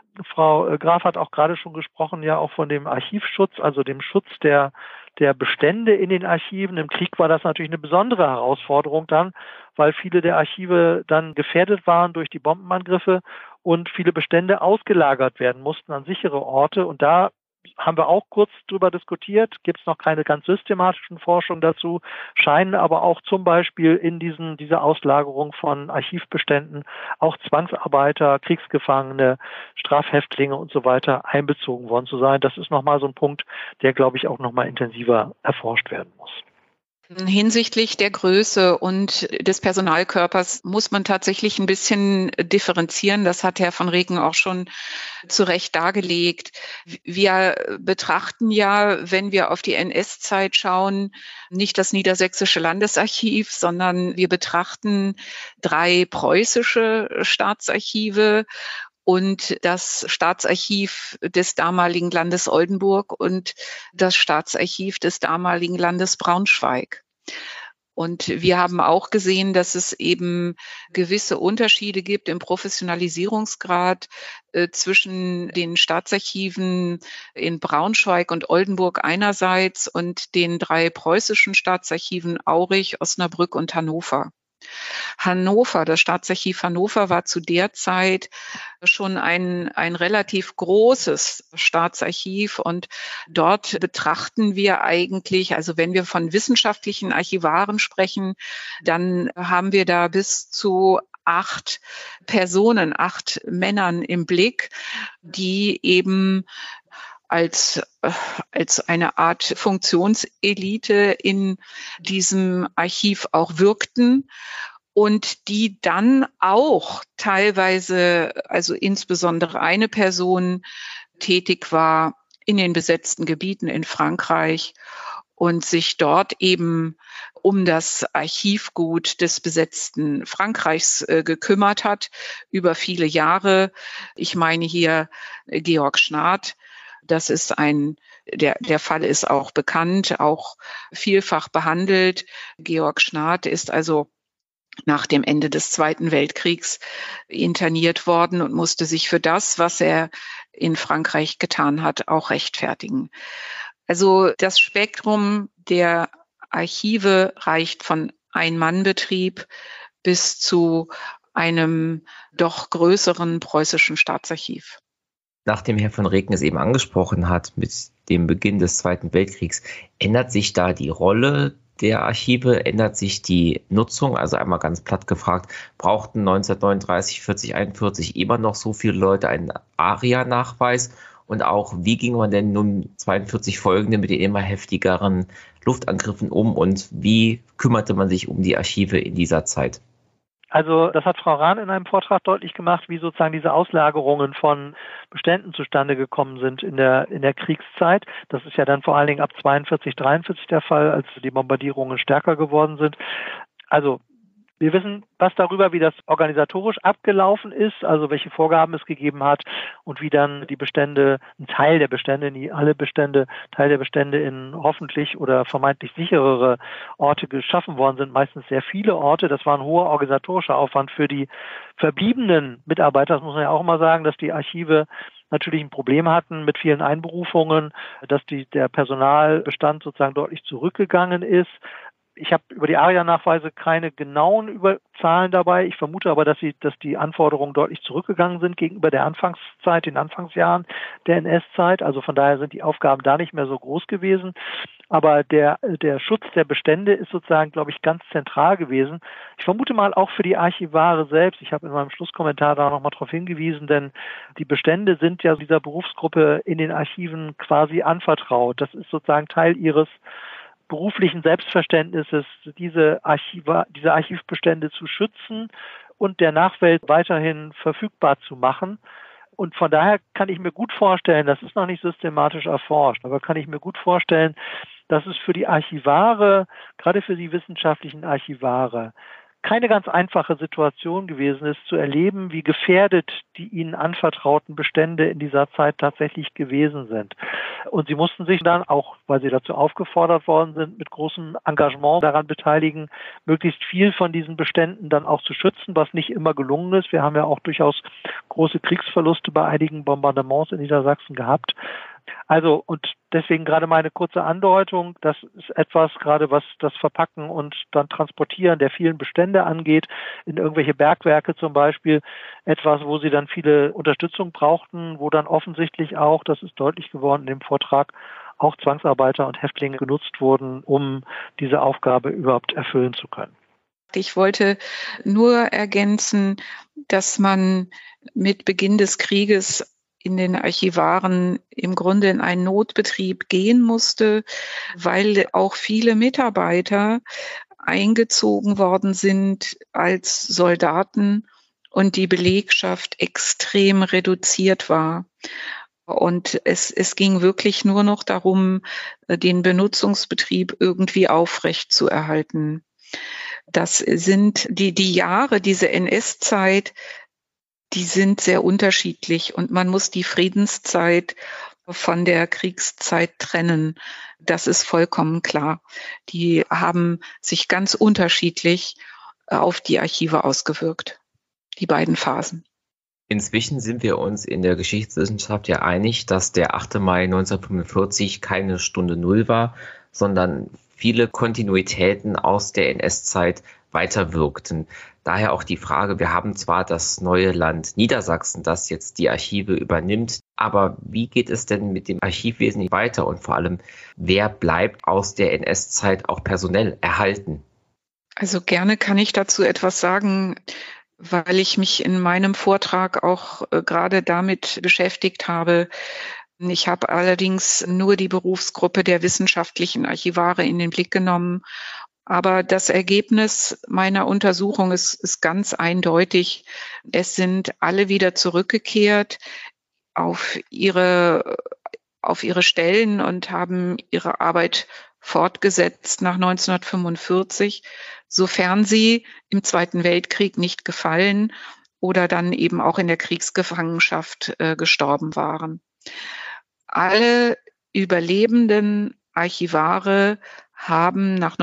Frau Graf hat auch gerade schon gesprochen, ja auch von dem Archivschutz, also dem Schutz der Bestände in den Archiven. Im Krieg war das natürlich eine besondere Herausforderung dann, weil viele der Archive dann gefährdet waren durch die Bombenangriffe und viele Bestände ausgelagert werden mussten an sichere Orte. Und da haben wir auch kurz drüber diskutiert, gibt es noch keine ganz systematischen Forschungen dazu, scheinen aber auch zum Beispiel in dieser Auslagerung von Archivbeständen auch Zwangsarbeiter, Kriegsgefangene, Strafhäftlinge und so weiter einbezogen worden zu sein. Das ist nochmal so ein Punkt, der, glaube ich, auch nochmal intensiver erforscht werden muss. Hinsichtlich der Größe und des Personalkörpers muss man tatsächlich ein bisschen differenzieren. Das hat Herr von Reken auch schon zu Recht dargelegt. Wir betrachten ja, wenn wir auf die NS-Zeit schauen, nicht das Niedersächsische Landesarchiv, sondern wir betrachten 3 preußische Staatsarchive und das Staatsarchiv des damaligen Landes Oldenburg und das Staatsarchiv des damaligen Landes Braunschweig. Und wir haben auch gesehen, dass es eben gewisse Unterschiede gibt im Professionalisierungsgrad zwischen den Staatsarchiven in Braunschweig und Oldenburg einerseits und den 3 preußischen Staatsarchiven Aurich, Osnabrück und Hannover. Das Staatsarchiv Hannover war zu der Zeit schon ein relativ großes Staatsarchiv und dort betrachten wir eigentlich, also wenn wir von wissenschaftlichen Archivaren sprechen, dann haben wir da bis zu 8 Personen, 8 Männern im Blick, die eben als eine Art Funktionselite in diesem Archiv auch wirkten und die dann auch teilweise, also insbesondere eine Person tätig war in den besetzten Gebieten in Frankreich und sich dort eben um das Archivgut des besetzten Frankreichs gekümmert hat über viele Jahre. Ich meine hier Georg Schnath. Das ist der Fall ist auch bekannt, auch vielfach behandelt. Georg Schnath ist also nach dem Ende des Zweiten Weltkriegs interniert worden und musste sich für das, was er in Frankreich getan hat, auch rechtfertigen. Also das Spektrum der Archive reicht von Ein-Mann-Betrieb bis zu einem doch größeren preußischen Staatsarchiv. Nachdem Herr von Reken es eben angesprochen hat, mit dem Beginn des Zweiten Weltkriegs, ändert sich da die Rolle der Archive, ändert sich die Nutzung? Also einmal ganz platt gefragt, brauchten 1939, 40, 41 immer noch so viele Leute einen ARIA-Nachweis? Und auch, wie ging man denn nun 42 folgende mit den immer heftigeren Luftangriffen um und wie kümmerte man sich um die Archive in dieser Zeit? Also das hat Frau Rahn in einem Vortrag deutlich gemacht, wie sozusagen diese Auslagerungen von Beständen zustande gekommen sind in der Kriegszeit. Das ist ja dann vor allen Dingen ab 42, 43 der Fall, als die Bombardierungen stärker geworden sind. Also Wir wissen was darüber, wie das organisatorisch abgelaufen ist, also welche Vorgaben es gegeben hat und wie dann die Bestände, ein Teil der Bestände, nie alle Bestände, Teil der Bestände in hoffentlich oder vermeintlich sicherere Orte geschaffen worden sind, meistens sehr viele Orte. Das war ein hoher organisatorischer Aufwand für die verbliebenen Mitarbeiter. Das muss man ja auch mal sagen, dass die Archive natürlich ein Problem hatten mit vielen Einberufungen, dass der Personalbestand sozusagen deutlich zurückgegangen ist. Ich habe über die ARIA-Nachweise keine genauen Zahlen dabei. Ich vermute aber, dass die Anforderungen deutlich zurückgegangen sind gegenüber der Anfangszeit, den Anfangsjahren der NS-Zeit. Also von daher sind die Aufgaben da nicht mehr so groß gewesen. Aber der Schutz der Bestände ist sozusagen, glaube ich, ganz zentral gewesen. Ich vermute mal auch für die Archivare selbst. Ich habe in meinem Schlusskommentar da nochmal darauf hingewiesen, denn die Bestände sind ja dieser Berufsgruppe in den Archiven quasi anvertraut. Das ist sozusagen Teil ihres beruflichen Selbstverständnisses, diese Archivbestände zu schützen und der Nachwelt weiterhin verfügbar zu machen. Und von daher kann ich mir gut vorstellen, das ist noch nicht systematisch erforscht, aber kann ich mir gut vorstellen, dass es für die Archivare, gerade für die wissenschaftlichen Archivare, keine ganz einfache Situation gewesen ist, zu erleben, wie gefährdet die ihnen anvertrauten Bestände in dieser Zeit tatsächlich gewesen sind. Und sie mussten sich dann auch, weil sie dazu aufgefordert worden sind, mit großem Engagement daran beteiligen, möglichst viel von diesen Beständen dann auch zu schützen, was nicht immer gelungen ist. Wir haben ja auch durchaus große Kriegsverluste bei einigen Bombardements in Niedersachsen gehabt. Also, und deswegen gerade meine kurze Andeutung, das ist etwas gerade, was das Verpacken und dann Transportieren der vielen Bestände angeht, in irgendwelche Bergwerke zum Beispiel, etwas, wo sie dann viele Unterstützung brauchten, wo dann offensichtlich auch, das ist deutlich geworden in dem Vortrag, auch Zwangsarbeiter und Häftlinge genutzt wurden, um diese Aufgabe überhaupt erfüllen zu können. Ich wollte nur ergänzen, dass man mit Beginn des Krieges in den Archivaren im Grunde in einen Notbetrieb gehen musste, weil auch viele Mitarbeiter eingezogen worden sind als Soldaten und die Belegschaft extrem reduziert war. Und es ging wirklich nur noch darum, den Benutzungsbetrieb irgendwie aufrecht zu erhalten. Das sind die Jahre, diese NS-Zeit, die sind sehr unterschiedlich und man muss die Friedenszeit von der Kriegszeit trennen. Das ist vollkommen klar. Die haben sich ganz unterschiedlich auf die Archive ausgewirkt, die beiden Phasen. Inzwischen sind wir uns in der Geschichtswissenschaft ja einig, dass der 8. Mai 1945 keine Stunde Null war, sondern viele Kontinuitäten aus der NS-Zeit weiterwirkten. Daher auch die Frage, wir haben zwar das neue Land Niedersachsen, das jetzt die Archive übernimmt, aber wie geht es denn mit dem Archivwesen weiter und vor allem, wer bleibt aus der NS-Zeit auch personell erhalten? Also gerne kann ich dazu etwas sagen, weil ich mich in meinem Vortrag auch gerade damit beschäftigt habe. Ich habe allerdings nur die Berufsgruppe der wissenschaftlichen Archivare in den Blick genommen. Aber das Ergebnis meiner Untersuchung ist ganz eindeutig. Es sind alle wieder zurückgekehrt auf ihre Stellen und haben ihre Arbeit fortgesetzt nach 1945, sofern sie im Zweiten Weltkrieg nicht gefallen oder dann eben auch in der Kriegsgefangenschaft gestorben waren. Alle überlebenden Archivare haben nach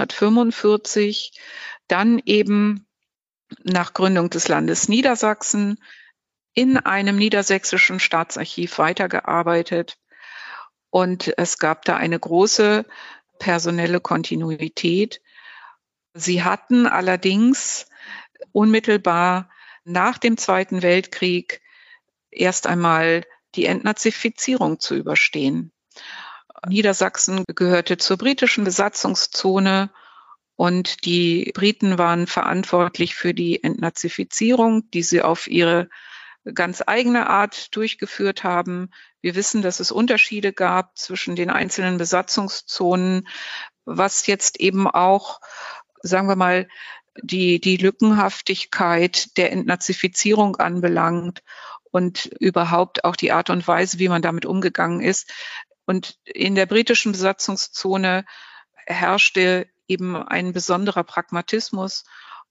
1945 dann eben nach Gründung des Landes Niedersachsen in einem niedersächsischen Staatsarchiv weitergearbeitet. Und es gab da eine große personelle Kontinuität. Sie hatten allerdings unmittelbar nach dem Zweiten Weltkrieg erst einmal die Entnazifizierung zu überstehen. Niedersachsen gehörte zur britischen Besatzungszone und die Briten waren verantwortlich für die Entnazifizierung, die sie auf ihre ganz eigene Art durchgeführt haben. Wir wissen, dass es Unterschiede gab zwischen den einzelnen Besatzungszonen, was jetzt eben auch, sagen wir mal, die Lückenhaftigkeit der Entnazifizierung anbelangt und überhaupt auch die Art und Weise, wie man damit umgegangen ist. Und in der britischen Besatzungszone herrschte eben ein besonderer Pragmatismus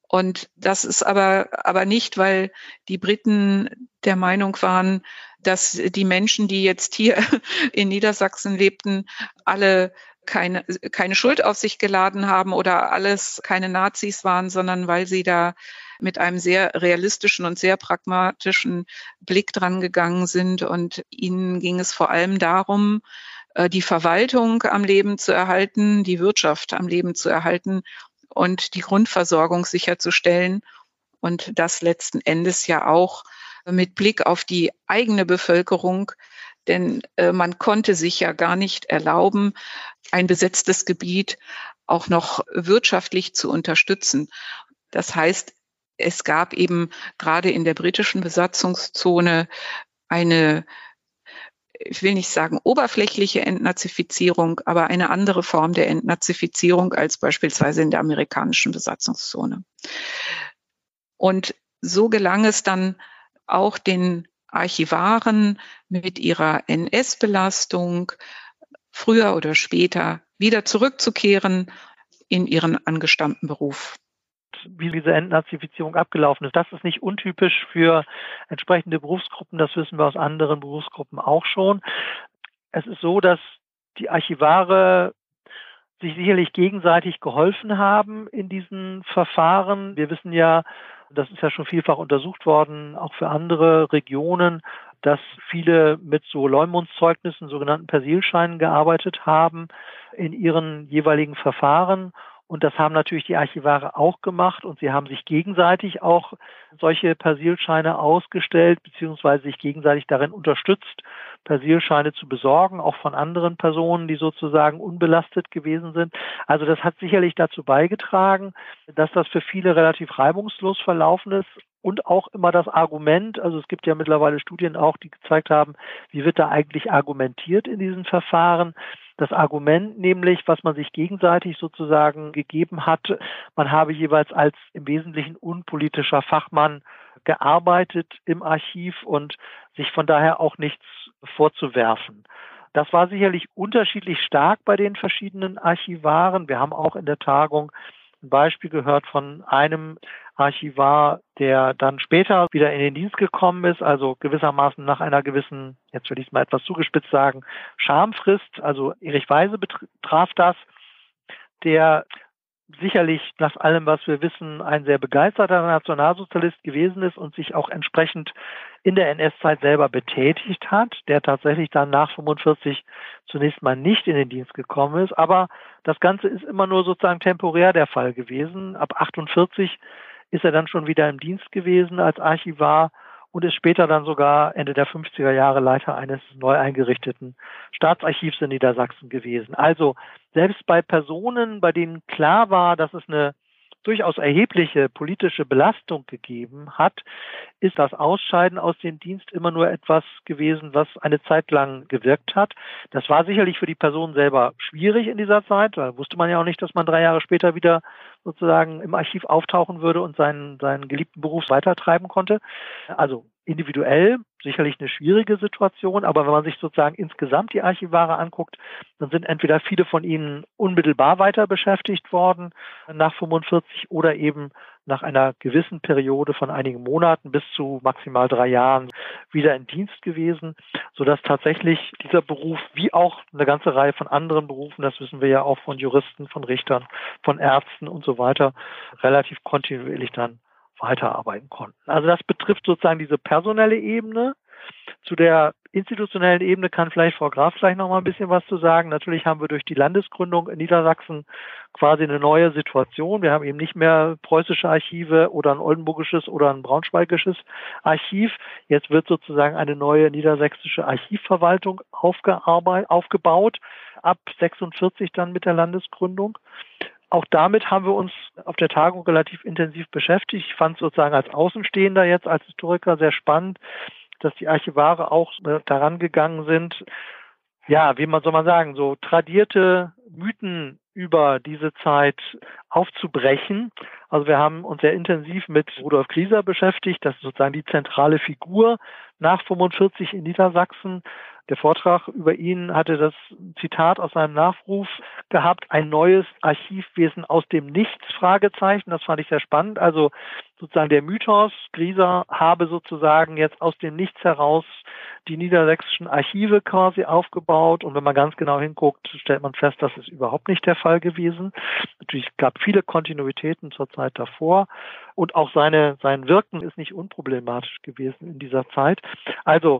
Und das ist aber nicht, weil die Briten der Meinung waren, dass die Menschen, die jetzt hier in Niedersachsen lebten, alle keine Schuld auf sich geladen haben oder alles keine Nazis waren, sondern weil sie da mit einem sehr realistischen und sehr pragmatischen Blick dran gegangen sind. Und ihnen ging es vor allem darum, die Verwaltung am Leben zu erhalten, die Wirtschaft am Leben zu erhalten und die Grundversorgung sicherzustellen. Und das letzten Endes ja auch mit Blick auf die eigene Bevölkerung, denn man konnte sich ja gar nicht erlauben, ein besetztes Gebiet auch noch wirtschaftlich zu unterstützen. Das heißt, es gab eben gerade in der britischen Besatzungszone eine, ich will nicht sagen oberflächliche Entnazifizierung, aber eine andere Form der Entnazifizierung als beispielsweise in der amerikanischen Besatzungszone. Und so gelang es dann auch den Archivaren mit ihrer NS-Belastung früher oder später wieder zurückzukehren in ihren angestammten Beruf. Wie diese Entnazifizierung abgelaufen ist, das ist nicht untypisch für entsprechende Berufsgruppen, das wissen wir aus anderen Berufsgruppen auch schon. Es ist so, dass die Archivare sich sicherlich gegenseitig geholfen haben in diesen Verfahren. Wir wissen ja, das ist ja schon vielfach untersucht worden, auch für andere Regionen, dass viele mit so Leumundszeugnissen, sogenannten Persilscheinen gearbeitet haben in ihren jeweiligen Verfahren. Und das haben natürlich die Archivare auch gemacht und sie haben sich gegenseitig auch solche Persilscheine ausgestellt, beziehungsweise sich gegenseitig darin unterstützt, Persilscheine zu besorgen, auch von anderen Personen, die sozusagen unbelastet gewesen sind. Also das hat sicherlich dazu beigetragen, dass das für viele relativ reibungslos verlaufen ist. Und auch immer das Argument, also es gibt ja mittlerweile Studien auch, die gezeigt haben, wie wird da eigentlich argumentiert in diesen Verfahren. Das Argument nämlich, was man sich gegenseitig sozusagen gegeben hat, man habe jeweils als im Wesentlichen unpolitischer Fachmann gearbeitet im Archiv und sich von daher auch nichts vorzuwerfen. Das war sicherlich unterschiedlich stark bei den verschiedenen Archivaren. Wir haben auch in der Tagung ein Beispiel gehört von einem Archivar, der dann später wieder in den Dienst gekommen ist, also gewissermaßen nach einer gewissen, jetzt will ich es mal etwas zugespitzt sagen, Schamfrist, also Erich Weise betraf das, der sicherlich nach allem, was wir wissen, ein sehr begeisterter Nationalsozialist gewesen ist und sich auch entsprechend in der NS-Zeit selber betätigt hat, der tatsächlich dann nach 45 zunächst mal nicht in den Dienst gekommen ist. Aber das Ganze ist immer nur sozusagen temporär der Fall gewesen. Ab 48 ist er dann schon wieder im Dienst gewesen als Archivar und ist später dann sogar Ende der 50er Jahre Leiter eines neu eingerichteten Staatsarchivs in Niedersachsen gewesen. Also selbst bei Personen, bei denen klar war, dass es eine durchaus erhebliche politische Belastung gegeben hat, ist das Ausscheiden aus dem Dienst immer nur etwas gewesen, was eine Zeit lang gewirkt hat. Das war sicherlich für die Person selber schwierig in dieser Zeit. Da wusste man ja auch nicht, dass man 3 Jahre später wieder sozusagen im Archiv auftauchen würde und seinen geliebten Beruf weitertreiben konnte. Also individuell sicherlich eine schwierige Situation, aber wenn man sich sozusagen insgesamt die Archivare anguckt, dann sind entweder viele von ihnen unmittelbar weiter beschäftigt worden nach 45 oder eben nach einer gewissen Periode von einigen Monaten bis zu maximal 3 Jahren wieder in Dienst gewesen, sodass tatsächlich dieser Beruf wie auch eine ganze Reihe von anderen Berufen, das wissen wir ja auch von Juristen, von Richtern, von Ärzten und so weiter, relativ kontinuierlich dann weiterarbeiten konnten. Also das betrifft sozusagen diese personelle Ebene. Zu der institutionellen Ebene kann vielleicht Frau Graf gleich noch mal ein bisschen was zu sagen. Natürlich haben wir durch die Landesgründung in Niedersachsen quasi eine neue Situation. Wir haben eben nicht mehr preußische Archive oder ein oldenburgisches oder ein braunschweigisches Archiv. Jetzt wird sozusagen eine neue niedersächsische Archivverwaltung aufgebaut, ab 46 dann mit der Landesgründung. Auch damit haben wir uns auf der Tagung relativ intensiv beschäftigt. Ich fand es sozusagen als Außenstehender jetzt, als Historiker sehr spannend, dass die Archivare auch daran gegangen sind, ja, wie soll man sagen, so tradierte Mythen über diese Zeit aufzubrechen. Also wir haben uns sehr intensiv mit Rudolf Klieser beschäftigt. Das ist sozusagen die zentrale Figur nach 45 in Niedersachsen. Der Vortrag über ihn hatte das Zitat aus seinem Nachruf gehabt, ein neues Archivwesen aus dem Nichts, Fragezeichen. Das fand ich sehr spannend. Also sozusagen der Mythos, Grieser habe sozusagen jetzt aus dem Nichts heraus die niedersächsischen Archive quasi aufgebaut. Und wenn man ganz genau hinguckt, stellt man fest, das ist überhaupt nicht der Fall gewesen. Natürlich gab viele Kontinuitäten zur Zeit davor. Und auch sein Wirken ist nicht unproblematisch gewesen in dieser Zeit. Also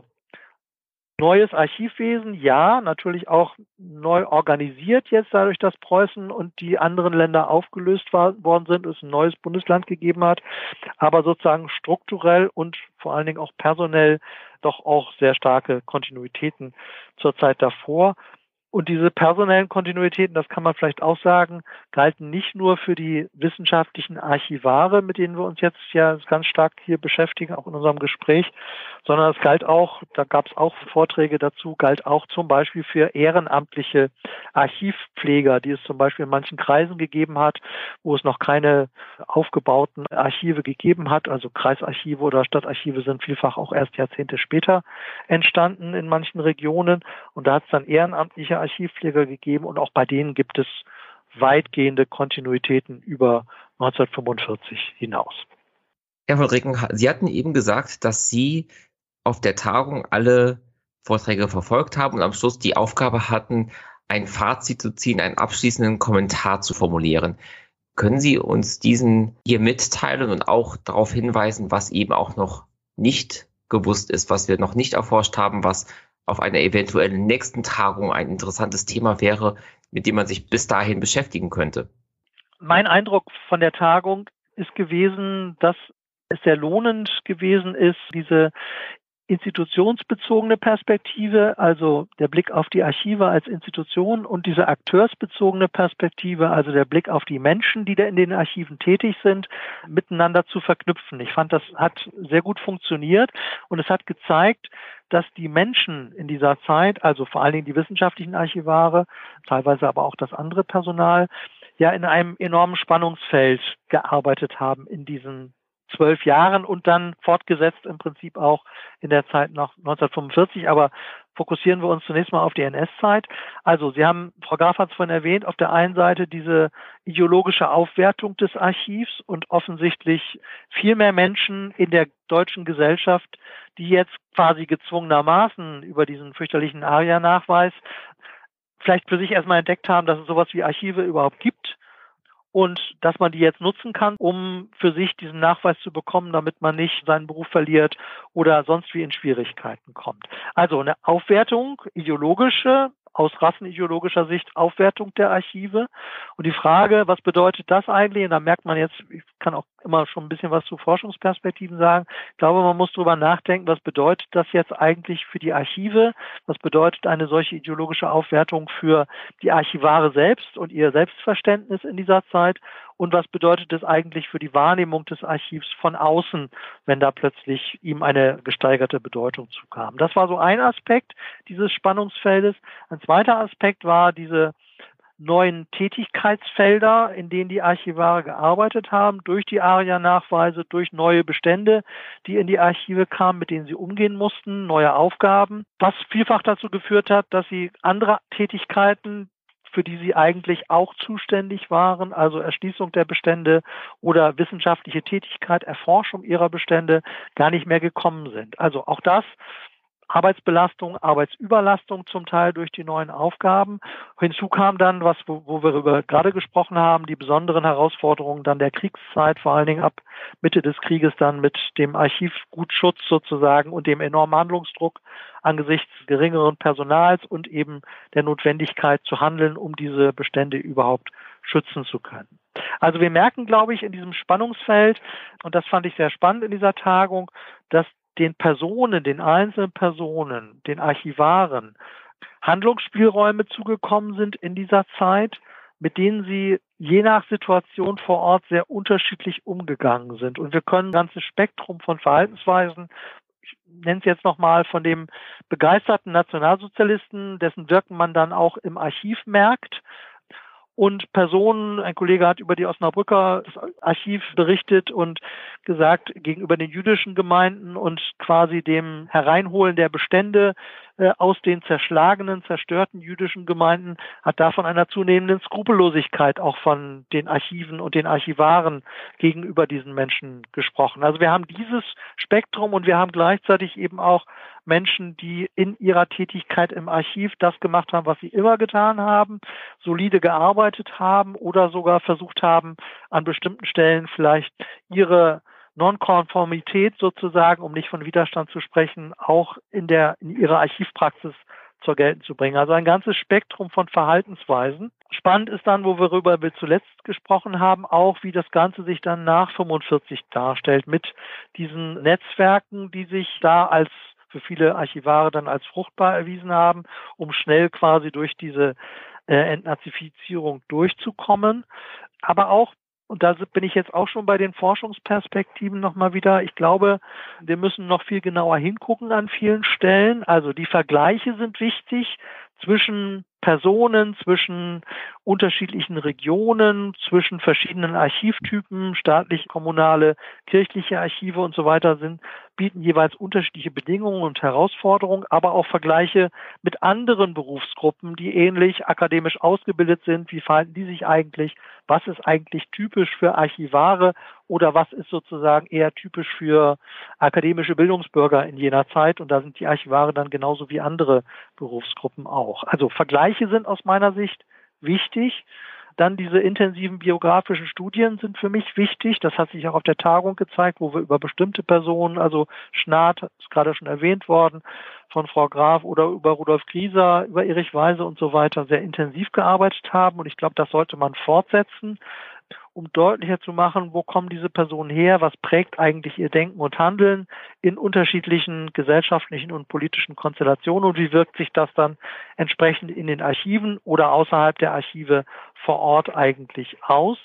neues Archivwesen, ja, natürlich auch neu organisiert jetzt dadurch, dass Preußen und die anderen Länder aufgelöst worden sind, es ein neues Bundesland gegeben hat, aber sozusagen strukturell und vor allen Dingen auch personell doch auch sehr starke Kontinuitäten zur Zeit davor. Und diese personellen Kontinuitäten, das kann man vielleicht auch sagen, galten nicht nur für die wissenschaftlichen Archivare, mit denen wir uns jetzt ja ganz stark hier beschäftigen, auch in unserem Gespräch, sondern es galt auch, da gab es auch Vorträge dazu, galt auch zum Beispiel für ehrenamtliche Archivpfleger, die es zum Beispiel in manchen Kreisen gegeben hat, wo es noch keine aufgebauten Archive gegeben hat. Also Kreisarchive oder Stadtarchive sind vielfach auch erst Jahrzehnte später entstanden in manchen Regionen. Und da hat es dann ehrenamtliche Archivpfleger gegeben und auch bei denen gibt es weitgehende Kontinuitäten über 1945 hinaus. Herr von Recken, Sie hatten eben gesagt, dass Sie auf der Tagung alle Vorträge verfolgt haben und am Schluss die Aufgabe hatten, ein Fazit zu ziehen, einen abschließenden Kommentar zu formulieren. Können Sie uns diesen hier mitteilen und auch darauf hinweisen, was eben auch noch nicht gewusst ist, was wir noch nicht erforscht haben, was auf einer eventuellen nächsten Tagung ein interessantes Thema wäre, mit dem man sich bis dahin beschäftigen könnte? Mein Eindruck von der Tagung ist gewesen, dass es sehr lohnend gewesen ist, diese institutionsbezogene Perspektive, also der Blick auf die Archive als Institution und diese akteursbezogene Perspektive, also der Blick auf die Menschen, die da in den Archiven tätig sind, miteinander zu verknüpfen. Ich fand, das hat sehr gut funktioniert und es hat gezeigt, dass die Menschen in dieser Zeit, also vor allen Dingen die wissenschaftlichen Archivare, teilweise aber auch das andere Personal, ja in einem enormen Spannungsfeld gearbeitet haben in diesen 12 Jahren und dann fortgesetzt im Prinzip auch in der Zeit nach 1945. Aber fokussieren wir uns zunächst mal auf die NS-Zeit. Also Sie haben, Frau Graf hat es vorhin erwähnt, auf der einen Seite diese ideologische Aufwertung des Archivs und offensichtlich viel mehr Menschen in der deutschen Gesellschaft, die jetzt quasi gezwungenermaßen über diesen fürchterlichen ARIA-Nachweis vielleicht für sich erstmal entdeckt haben, dass es sowas wie Archive überhaupt gibt. Und dass man die jetzt nutzen kann, um für sich diesen Nachweis zu bekommen, damit man nicht seinen Beruf verliert oder sonst wie in Schwierigkeiten kommt. Also eine Aufwertung, ideologische, aus rassenideologischer Sicht Aufwertung der Archive. Und die Frage, was bedeutet das eigentlich? Und da merkt man jetzt, ich kann auch immer schon ein bisschen was zu Forschungsperspektiven sagen. Ich glaube, man muss darüber nachdenken, was bedeutet das jetzt eigentlich für die Archive? Was bedeutet eine solche ideologische Aufwertung für die Archivare selbst und ihr Selbstverständnis in dieser Zeit? Und was bedeutet es eigentlich für die Wahrnehmung des Archivs von außen, wenn da plötzlich ihm eine gesteigerte Bedeutung zukam? Das war so ein Aspekt dieses Spannungsfeldes. Ein zweiter Aspekt war diese neuen Tätigkeitsfelder, in denen die Archivare gearbeitet haben, durch die ARIA-Nachweise, durch neue Bestände, die in die Archive kamen, mit denen sie umgehen mussten, neue Aufgaben, was vielfach dazu geführt hat, dass sie andere Tätigkeiten, für die sie eigentlich auch zuständig waren, also Erschließung der Bestände oder wissenschaftliche Tätigkeit, Erforschung ihrer Bestände, gar nicht mehr gekommen sind. Also auch das, Arbeitsbelastung, Arbeitsüberlastung zum Teil durch die neuen Aufgaben. Hinzu kam dann, wo wir über gerade gesprochen haben, die besonderen Herausforderungen dann der Kriegszeit, vor allen Dingen ab Mitte des Krieges dann mit dem Archivgutschutz sozusagen und dem enormen Handlungsdruck angesichts geringeren Personals und eben der Notwendigkeit zu handeln, um diese Bestände überhaupt schützen zu können. Also wir merken, glaube ich, in diesem Spannungsfeld, und das fand ich sehr spannend in dieser Tagung, dass den Personen, den einzelnen Personen, den Archivaren Handlungsspielräume zugekommen sind in dieser Zeit, mit denen sie je nach Situation vor Ort sehr unterschiedlich umgegangen sind. Und wir können ein ganzes Spektrum von Verhaltensweisen, ich nenne es jetzt nochmal, von dem begeisterten Nationalsozialisten, dessen Wirken man dann auch im Archiv merkt, und Personen, ein Kollege hat über die Osnabrücker Archiv berichtet und gesagt, gegenüber den jüdischen Gemeinden und quasi dem Hereinholen der Bestände aus den zerschlagenen, zerstörten jüdischen Gemeinden, hat da von einer zunehmenden Skrupellosigkeit auch von den Archiven und den Archivaren gegenüber diesen Menschen gesprochen. Also wir haben dieses Spektrum und wir haben gleichzeitig eben auch Menschen, die in ihrer Tätigkeit im Archiv das gemacht haben, was sie immer getan haben, solide gearbeitet haben oder sogar versucht haben, an bestimmten Stellen vielleicht ihre Nonkonformität sozusagen, um nicht von Widerstand zu sprechen, auch in ihrer Archivpraxis zur Geltung zu bringen. Also ein ganzes Spektrum von Verhaltensweisen. Spannend ist dann, worüber wir zuletzt gesprochen haben, auch wie das Ganze sich dann nach 45 darstellt mit diesen Netzwerken, die sich da für viele Archivare dann als fruchtbar erwiesen haben, um schnell quasi durch diese Entnazifizierung durchzukommen. Aber auch, und da bin ich jetzt auch schon bei den Forschungsperspektiven nochmal wieder, ich glaube, wir müssen noch viel genauer hingucken an vielen Stellen. Also die Vergleiche sind wichtig zwischen Personen, zwischen unterschiedlichen Regionen, zwischen verschiedenen Archivtypen, staatliche, kommunale, kirchliche Archive und so weiter bieten jeweils unterschiedliche Bedingungen und Herausforderungen, aber auch Vergleiche mit anderen Berufsgruppen, die ähnlich akademisch ausgebildet sind. Wie verhalten die sich eigentlich? Was ist eigentlich typisch für Archivare oder was ist sozusagen eher typisch für akademische Bildungsbürger in jener Zeit? Und da sind die Archivare dann genauso wie andere Berufsgruppen auch. Also Vergleiche sind aus meiner Sicht wichtig. Dann diese intensiven biografischen Studien sind für mich wichtig. Das hat sich auch auf der Tagung gezeigt, wo wir über bestimmte Personen, also Schnarrt ist gerade schon erwähnt worden, von Frau Graf oder über Rudolf Grieser, über Erich Weise und so weiter sehr intensiv gearbeitet haben. Und ich glaube, das sollte man fortsetzen, um deutlicher zu machen, wo kommen diese Personen her, was prägt eigentlich ihr Denken und Handeln in unterschiedlichen gesellschaftlichen und politischen Konstellationen und wie wirkt sich das dann entsprechend in den Archiven oder außerhalb der Archive vor Ort eigentlich aus.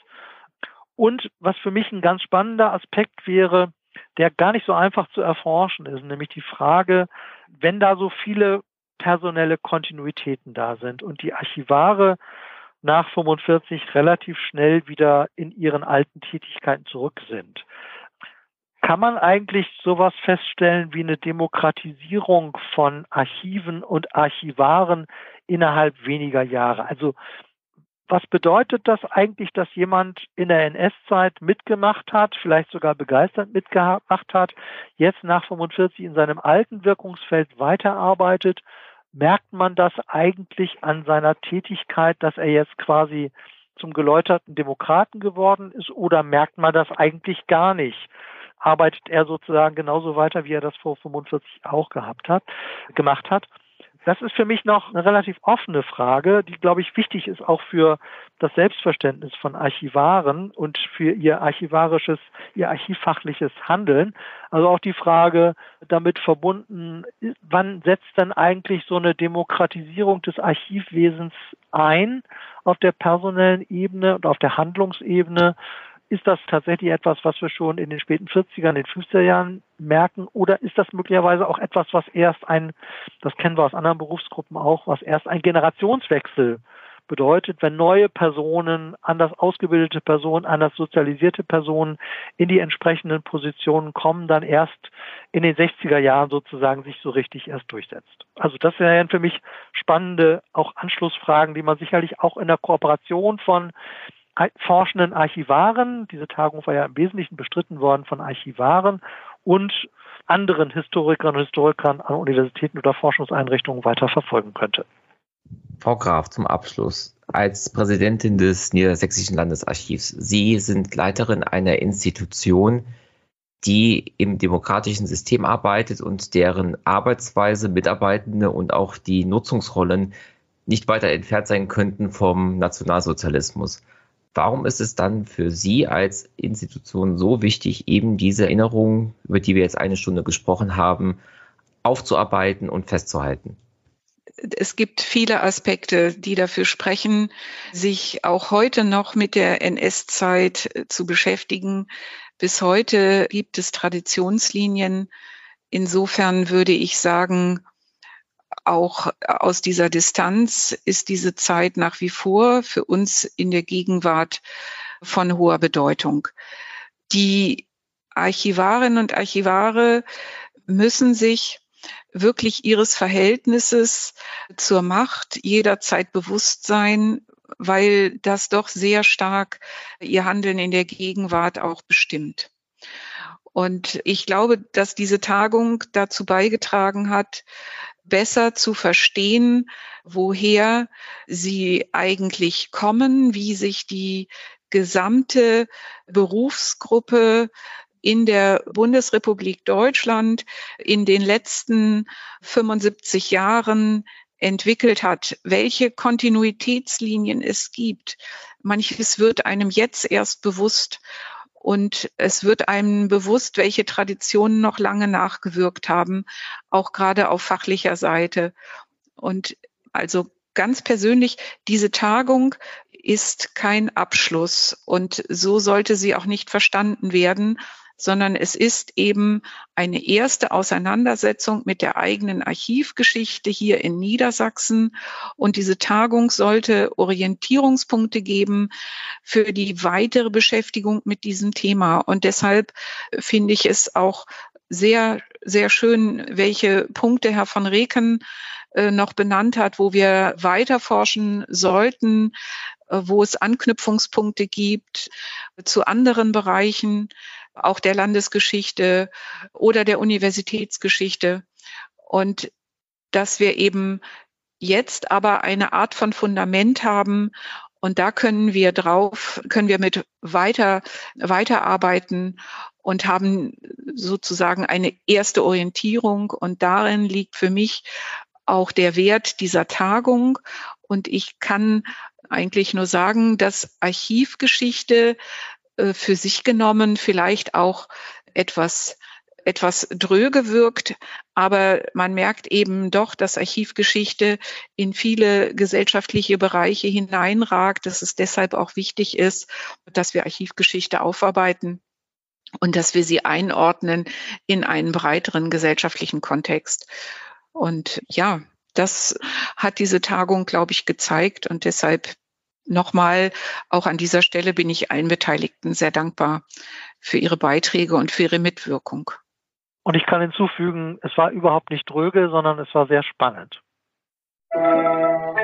Und was für mich ein ganz spannender Aspekt wäre, der gar nicht so einfach zu erforschen ist, nämlich die Frage, wenn da so viele personelle Kontinuitäten da sind und die Archivare nach 45 relativ schnell wieder in ihren alten Tätigkeiten zurück sind. Kann man eigentlich sowas feststellen wie eine Demokratisierung von Archiven und Archivaren innerhalb weniger Jahre? Also was bedeutet das eigentlich, dass jemand in der NS-Zeit mitgemacht hat, vielleicht sogar begeistert mitgemacht hat, jetzt nach 45 in seinem alten Wirkungsfeld weiterarbeitet? Merkt man das eigentlich an seiner Tätigkeit, dass er jetzt quasi zum geläuterten Demokraten geworden ist, oder merkt man das eigentlich gar nicht? Arbeitet er sozusagen genauso weiter, wie er das vor 45 auch gemacht hat? Das ist für mich noch eine relativ offene Frage, die, glaube ich, wichtig ist auch für das Selbstverständnis von Archivaren und für ihr archivfachliches Handeln. Also auch die Frage damit verbunden, wann setzt dann eigentlich so eine Demokratisierung des Archivwesens ein auf der personellen Ebene und auf der Handlungsebene? Ist das tatsächlich etwas, was wir schon in den späten 40er, den 50er Jahren merken? Oder ist das möglicherweise auch etwas, was das kennen wir aus anderen Berufsgruppen auch, was erst ein Generationswechsel bedeutet, wenn neue Personen, anders ausgebildete Personen, anders sozialisierte Personen in die entsprechenden Positionen kommen, dann erst in den 60er Jahren sozusagen sich so richtig erst durchsetzt. Also das wären für mich spannende auch Anschlussfragen, die man sicherlich auch in der Kooperation von forschenden Archivaren, diese Tagung war ja im Wesentlichen bestritten worden von Archivaren und anderen Historikerinnen und Historikern an Universitäten oder Forschungseinrichtungen weiter verfolgen könnte. Frau Graf, zum Abschluss. Als Präsidentin des Niedersächsischen Landesarchivs, Sie sind Leiterin einer Institution, die im demokratischen System arbeitet und deren Arbeitsweise, Mitarbeitende und auch die Nutzungsrollen nicht weiter entfernt sein könnten vom Nationalsozialismus. Warum ist es dann für Sie als Institution so wichtig, eben diese Erinnerungen, über die wir jetzt eine Stunde gesprochen haben, aufzuarbeiten und festzuhalten? Es gibt viele Aspekte, die dafür sprechen, sich auch heute noch mit der NS-Zeit zu beschäftigen. Bis heute gibt es Traditionslinien. Insofern würde ich sagen, auch aus dieser Distanz ist diese Zeit nach wie vor für uns in der Gegenwart von hoher Bedeutung. Die Archivarinnen und Archivare müssen sich wirklich ihres Verhältnisses zur Macht jederzeit bewusst sein, weil das doch sehr stark ihr Handeln in der Gegenwart auch bestimmt. Und ich glaube, dass diese Tagung dazu beigetragen hat, besser zu verstehen, woher sie eigentlich kommen, wie sich die gesamte Berufsgruppe in der Bundesrepublik Deutschland in den letzten 75 Jahren entwickelt hat, welche Kontinuitätslinien es gibt. Manches wird einem jetzt erst bewusst und es wird einem bewusst, welche Traditionen noch lange nachgewirkt haben, auch gerade auf fachlicher Seite. Und also ganz persönlich, diese Tagung ist kein Abschluss und so sollte sie auch nicht verstanden werden, sondern es ist eben eine erste Auseinandersetzung mit der eigenen Archivgeschichte hier in Niedersachsen. Und diese Tagung sollte Orientierungspunkte geben für die weitere Beschäftigung mit diesem Thema. Und deshalb finde ich es auch sehr, sehr schön, welche Punkte Herr von Reken noch benannt hat, wo wir weiter forschen sollten, wo es Anknüpfungspunkte gibt zu anderen Bereichen, auch der Landesgeschichte oder der Universitätsgeschichte. Und dass wir eben jetzt aber eine Art von Fundament haben und da können wir mit weiterarbeiten und haben sozusagen eine erste Orientierung und darin liegt für mich auch der Wert dieser Tagung. Und ich kann eigentlich nur sagen, dass Archivgeschichte für sich genommen vielleicht auch etwas dröge wirkt, aber man merkt eben doch, dass Archivgeschichte in viele gesellschaftliche Bereiche hineinragt, dass es deshalb auch wichtig ist, dass wir Archivgeschichte aufarbeiten und dass wir sie einordnen in einen breiteren gesellschaftlichen Kontext. Und ja, das hat diese Tagung, glaube ich, gezeigt und deshalb nochmal, auch an dieser Stelle bin ich allen Beteiligten sehr dankbar für ihre Beiträge und für ihre Mitwirkung. Und ich kann hinzufügen, es war überhaupt nicht dröge, sondern es war sehr spannend.